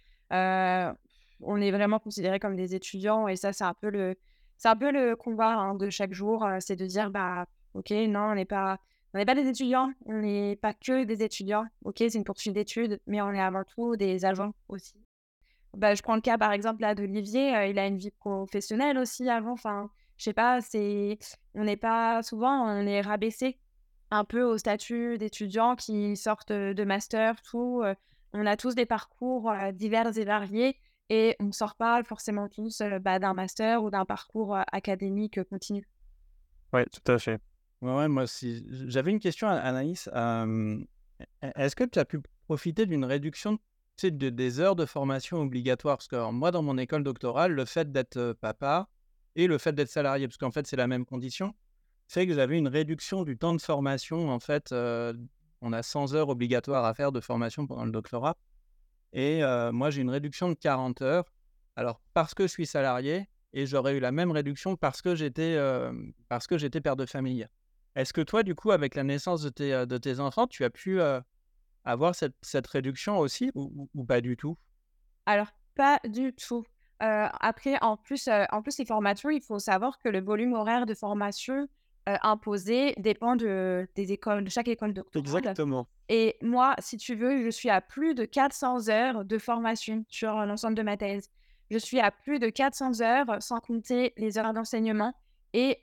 on est vraiment considérés comme des étudiants et ça, c'est un peu le combat, hein, de chaque jour, c'est de dire: «Bah, OK, non, on n'est pas des étudiants, on n'est pas que des étudiants. OK, c'est une poursuite d'études, mais on est avant tout des agents aussi». Bah, je prends le cas, par exemple, là, d'Olivier, il a une vie professionnelle aussi avant, enfin, je sais pas, on n'est pas souvent, on est rabaissé un peu au statut d'étudiants qui sortent, de master, tout, on a tous des parcours, divers et variés et on ne sort pas forcément tous, d'un master ou d'un parcours, académique, continu.
Ouais, tout à fait.
Ouais, moi aussi. J'avais une question, Anaïs. Est-ce que tu as pu profiter d'une réduction, tu sais, des heures de formation obligatoires? Parce que alors, moi, dans mon école doctorale, le fait d'être papa et le fait d'être salarié, parce qu'en fait, c'est la même condition, fait que j'avais une réduction du temps de formation. En fait, on a 100 heures obligatoires à faire de formation pendant le doctorat. Et moi, j'ai une réduction de 40 heures. Alors, parce que je suis salarié, et j'aurais eu la même réduction parce que j'étais père de famille. Est-ce que toi, du coup, avec la naissance de tes enfants, tu as pu avoir cette réduction aussi ou pas du tout?
Alors, pas du tout. Après, en plus, les formations, il faut savoir que le volume horaire de formation, imposé dépend des écoles de chaque école doctorale.
Exactement.
Et moi, si tu veux, je suis à plus de 400 heures de formation sur l'ensemble de ma thèse. Je suis à plus de 400 heures, sans compter les heures d'enseignement. Et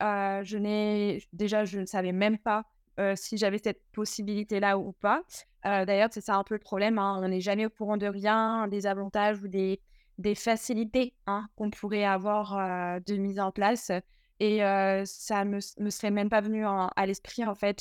je ne savais même pas si j'avais cette possibilité-là ou pas. D'ailleurs, c'est ça un peu le problème, hein. On n'est jamais au courant de rien, des avantages ou des facilités hein, qu'on pourrait avoir de mise en place. Et ça me serait même pas venu à l'esprit, en fait,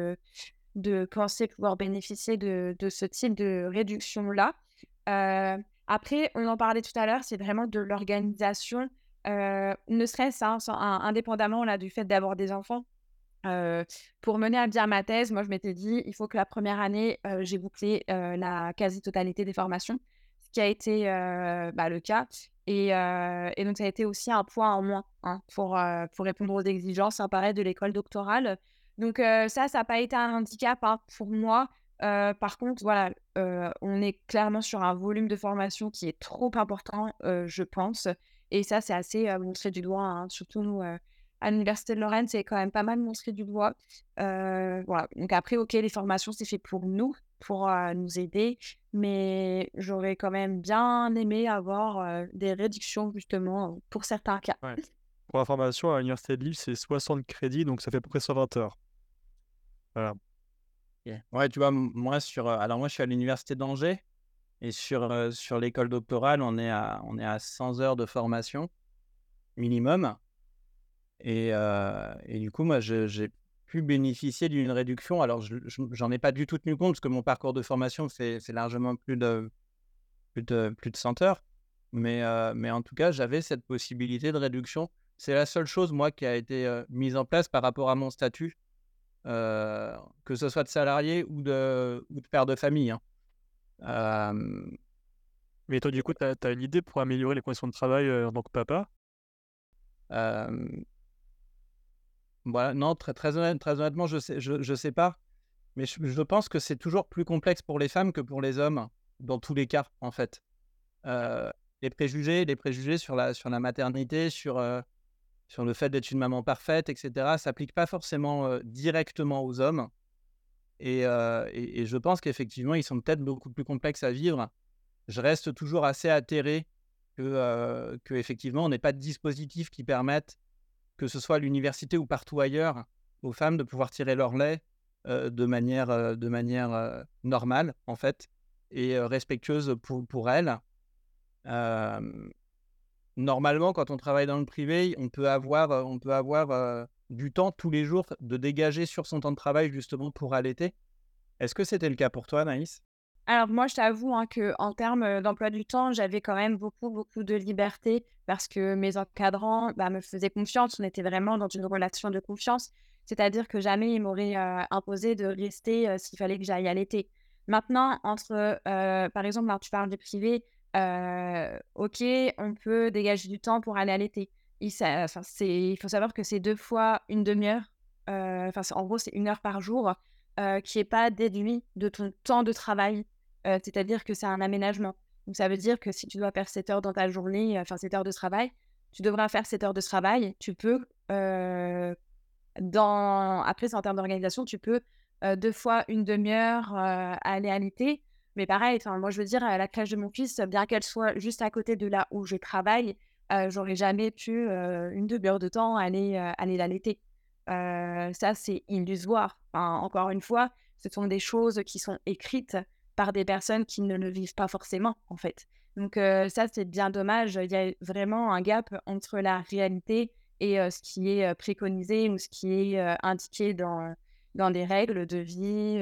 de penser pouvoir bénéficier de ce type de réduction-là. Après, on en parlait tout à l'heure, c'est vraiment de l'organisation, ne serait-ce, hein, indépendamment là, du fait d'avoir des enfants. Pour mener à bien ma thèse, moi, je m'étais dit: «Il faut que la première année, j'ai bouclé, la quasi-totalité des formations», ce qui a été, le cas et donc ça a été aussi un point en moins, hein, pour répondre aux exigences, hein, pareil de l'école doctorale. Donc ça a pas été un handicap, hein, pour moi. Par contre, voilà, on est clairement sur un volume de formation qui est trop important, je pense et ça, c'est assez, montré du doigt, hein, surtout nous, à l'université de Lorraine, c'est quand même pas mal montré du doigt. Voilà, donc après, OK, les formations, c'est fait pour nous, pour, nous aider, mais j'aurais quand même bien aimé avoir, des réductions justement, pour certains cas.
Ouais. Pour information, à l'université de Lille, c'est 60 crédits, donc ça fait à peu près 120 heures. Voilà.
Ok. Ouais, tu vois, moi, alors moi, je suis à l'université d'Angers et sur l'école doctorale, on est à 100 heures de formation minimum. Et du coup, moi, j'ai pu bénéficier d'une réduction. Alors, j'en ai pas du tout tenu compte parce que mon parcours de formation, c'est largement plus de 100 heures. Mais en tout cas, j'avais cette possibilité de réduction. C'est la seule chose, moi, qui a été mise en place par rapport à mon statut, que ce soit de salarié ou de père de famille, hein. Euh,
Mais toi, du coup, tu as une idée pour améliorer les conditions de travail en tant que papa?
euh, voilà, non, très honnêtement, je sais pas. Mais je pense que c'est toujours plus complexe pour les femmes que pour les hommes, dans tous les cas, en fait. les préjugés sur la maternité, sur le fait d'être une maman parfaite, et cetera, s'appliquent pas forcément, directement aux hommes et je pense qu'effectivement, ils sont peut-être beaucoup plus complexes à vivre. Je reste toujours assez atterré qu'effectivement, on n'ait pas de dispositifs qui permettent, que ce soit à l'université ou partout ailleurs, aux femmes de pouvoir tirer leur lait, de manière normale, en fait et respectueuse pour elles. Hem Normalement, quand on travaille dans le privé, on peut avoir du temps tous les jours de dégager sur son temps de travail justement pour allaiter. Est-ce que c'était le cas pour toi, Naïs?
Alors moi, je t'avoue hein, qu'en termes d'emploi du temps, j'avais quand même beaucoup, beaucoup de liberté parce que mes encadrants me faisaient confiance. On était vraiment dans une relation de confiance. C'est-à-dire que jamais ils m'auraient imposé de rester s'il fallait que j'aille allaiter. Maintenant, par exemple, tu parles du privé, ok, on peut dégager du temps pour aller allaiter. Il faut savoir que c'est 2 fois une demi-heure. En gros, c'est 1 heure par jour qui n'est pas déduit de ton temps de travail. C'est-à-dire que c'est un aménagement. Donc, ça veut dire que si tu dois faire 7 heures dans ta journée, 7 heures de travail, tu devras faire 7 heures de travail. Tu peux, après, c'est en termes d'organisation, tu peux 2 fois une demi-heure aller allaiter. Mais pareil, moi, je veux dire, à la crèche de mon fils, bien qu'elle soit juste à côté de là où je travaille, j'aurais jamais pu, une demi-heure de temps, aller l'allaiter. Ça, c'est illusoire. Encore une fois, ce sont des choses qui sont écrites par des personnes qui ne le vivent pas forcément, en fait. Donc ça, c'est bien dommage. Il y a vraiment un gap entre la réalité et ce qui est préconisé ou ce qui est indiqué dans des règles de vie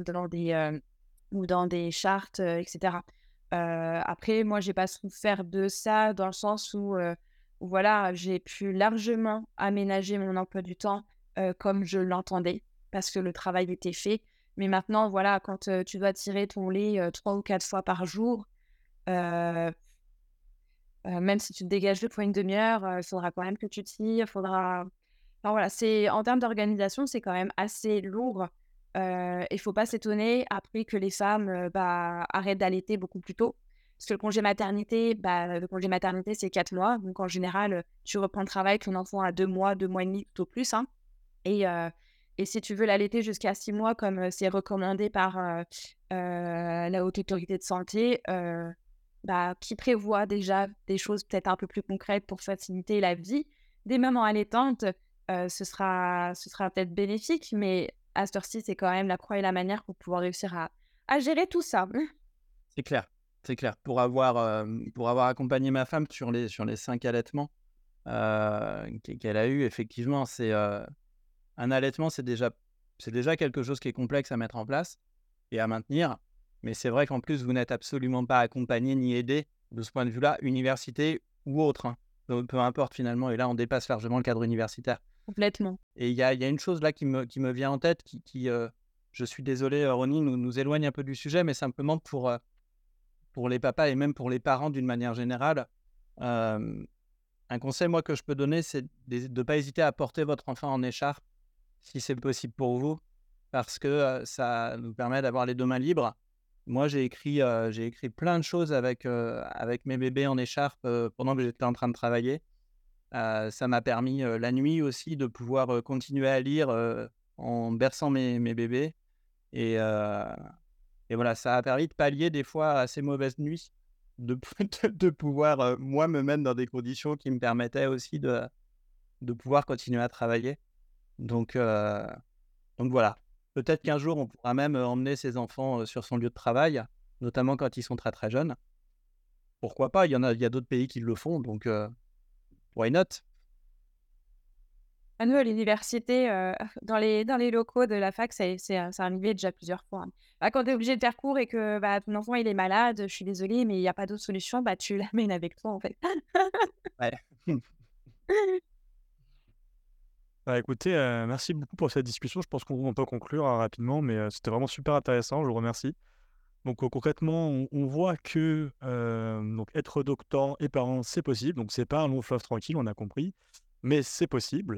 ou dans des chartes, etc. Après, moi, j'ai pas souffert de ça dans le sens où voilà, j'ai pu largement aménager mon emploi du temps comme je l'entendais parce que le travail était fait. Mais maintenant, voilà, quand tu dois tirer ton lait 3 ou 4 fois par jour, heu même si tu te dégages 2 fois une demi-heure, il faudra quand même que tu tires, voilà, c'est en termes d'organisation, c'est quand même assez lourd. Il faut pas s'étonner après que les femmes, arrêtent d'allaiter beaucoup plus tôt. Parce que le congé maternité, c'est 4 mois. Donc en général, tu reprends le travail, ton enfant a 2 mois, 2 mois et demi, tout au plus, hein. Et et si tu veux l'allaiter jusqu'à 6 mois comme, c'est recommandé par, la Haute Autorité de Santé, qui prévoit déjà des choses peut-être un peu plus concrètes pour faciliter la vie des mamans allaitantes, ce sera peut-être bénéfique, mais à cette heure-ci, c'est quand même la croix et la manière pour pouvoir réussir à gérer tout ça.
C'est clair, c'est clair. Pour avoir accompagné ma femme sur les 5 allaitements, qu'elle a eu, effectivement, un allaitement, c'est déjà quelque chose qui est complexe à mettre en place et à maintenir. Mais c'est vrai qu'en plus, vous n'êtes absolument pas accompagné ni aidé de ce point de vue-là, université ou autre, hein. Donc, peu importe finalement. Et là, on dépasse largement le cadre universitaire.
Complètement.
Et il y a une chose là qui me vient en tête, je suis désolé, Ronny, nous éloigne un peu du sujet, mais simplement pour les papas et même pour les parents d'une manière générale. Un conseil, moi, que je peux donner, c'est de ne pas hésiter à porter votre enfant en écharpe, si c'est possible pour vous, parce que ça nous permet d'avoir les 2 mains libres. Moi, j'ai écrit plein de choses avec mes bébés en écharpe pendant que j'étais en train de travailler. Ça m'a permis la nuit aussi de pouvoir continuer à lire en berçant mes bébés. Et, et voilà, ça a permis de pallier des fois à ces mauvaises nuits, de pouvoir moi me mettre dans des conditions qui me permettaient aussi de pouvoir continuer à travailler. Donc, voilà. Peut-être qu'un jour, on pourra même emmener ses enfants sur son lieu de travail, notamment quand ils sont très très jeunes. Pourquoi pas? Il y a d'autres pays qui le font, donc why not?
À nous, à l'université, dans les locaux de la fac, c'est arrivé déjà plusieurs fois, hein. Quand tu es obligé de faire cours et que, ton enfant, il est malade, je suis désolée, mais il y a pas d'autre solution, tu l'amènes avec toi, en fait.
Ouais.
Écoutez, merci beaucoup pour cette discussion. Je pense qu'on peut conclure rapidement, mais c'était vraiment super intéressant. Je vous remercie. Donc concrètement, on voit que donc être doctorant et parent, c'est possible. Donc c'est pas un long fleuve tranquille, on a compris, mais c'est possible.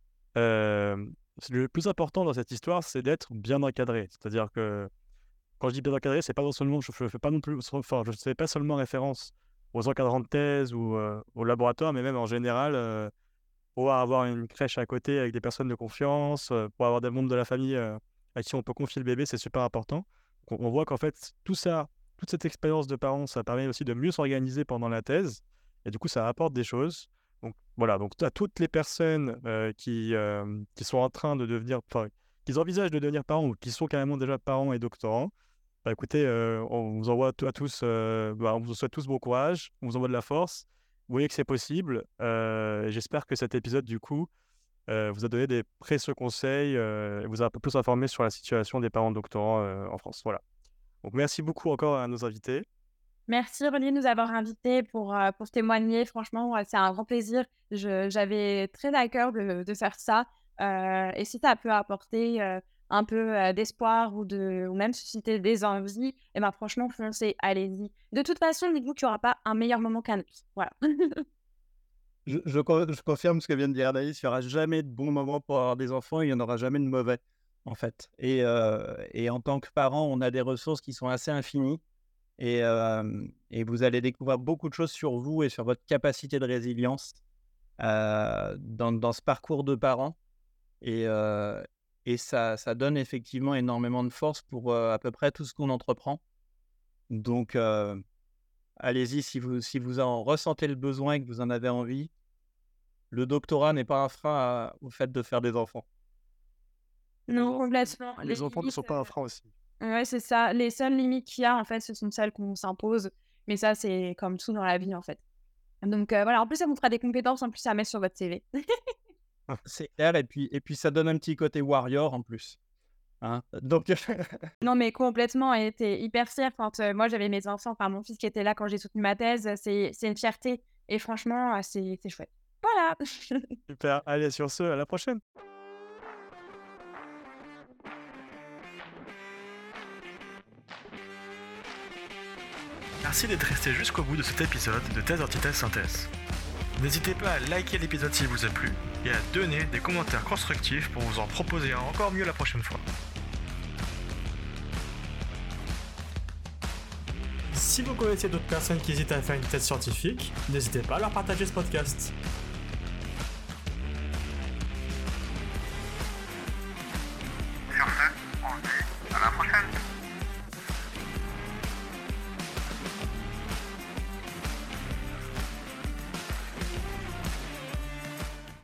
Le plus important dans cette histoire, c'est d'être bien encadré. C'est-à-dire que quand je dis bien encadré, c'est pas seulement, je fais pas non plus, enfin, je fais pas seulement référence aux encadrants de thèse ou au laboratoire, mais même en général, pouvoir avoir une crèche à côté avec des personnes de confiance, pour avoir des membres de la famille à qui on peut confier le bébé, c'est super important. On voit qu'en fait, tout ça, toute cette expérience de parents, ça permet aussi de mieux s'organiser pendant la thèse. Et du coup, ça apporte des choses. Donc voilà, donc à toutes les personnes qui sont en train de devenir, enfin, qui envisagent de devenir parents ou qui sont carrément déjà parents et doctorants, bah, écoutez, on vous envoie à tous, on vous souhaite tous bon courage, on vous envoie de la force. Vous voyez que c'est possible. Et j'espère que cet épisode, du coup, vous a donné des précieux conseils et vous a un peu plus informé sur la situation des parents doctorants en France. Voilà. Donc merci beaucoup encore à nos invités.
Merci René de nous avoir invités pour témoigner. Franchement, c'est un grand plaisir. J'avais très à cœur de faire ça. Et si ça peut apporter un peu d'espoir ou même susciter des envies, et ben franchement, foncez, allez-y. De toute façon, dites-vous qu'il n'y aura pas un meilleur moment qu'un autre. Voilà.
Je confirme ce que vient de dire Anaïs, il n'y aura jamais de bon moment pour avoir des enfants, il n'y en aura jamais de mauvais, en fait. Et en tant que parent, on a des ressources qui sont assez infinies et vous allez découvrir beaucoup de choses sur vous et sur votre capacité de résilience dans ce parcours de parent. Et ça donne effectivement énormément de force pour à peu près tout ce qu'on entreprend. Donc, allez-y si vous en ressentez le besoin et que vous en avez envie. Le doctorat n'est pas un frein au fait de faire des enfants.
Non, complètement.
Les enfants ne sont pas un frein aussi.
Ouais, c'est ça. Les seules limites qu'il y a, en fait, ce sont celles qu'on s'impose. Mais ça, c'est comme tout dans la vie, en fait. Donc, voilà. En plus, ça vous fera des compétences en plus à mettre sur votre CV.
C'est clair. Et puis, ça donne un petit côté warrior en plus. Hein, donc,
Non, mais complètement. Et t'es hyper fière quand moi, j'avais mes enfants, enfin, mon fils qui était là quand j'ai soutenu ma thèse. C'est une fierté. Et franchement, c'est chouette. Voilà.
Super. Allez, sur ce, à la prochaine.
Merci d'être resté jusqu'au bout de cet épisode de Thèse, Antithèse, Synthèse. N'hésitez pas à liker l'épisode s'il vous a plu et à donner des commentaires constructifs pour vous en proposer un encore mieux la prochaine fois. Si vous connaissez d'autres personnes qui hésitent à faire une thèse scientifique, n'hésitez pas à leur partager ce podcast.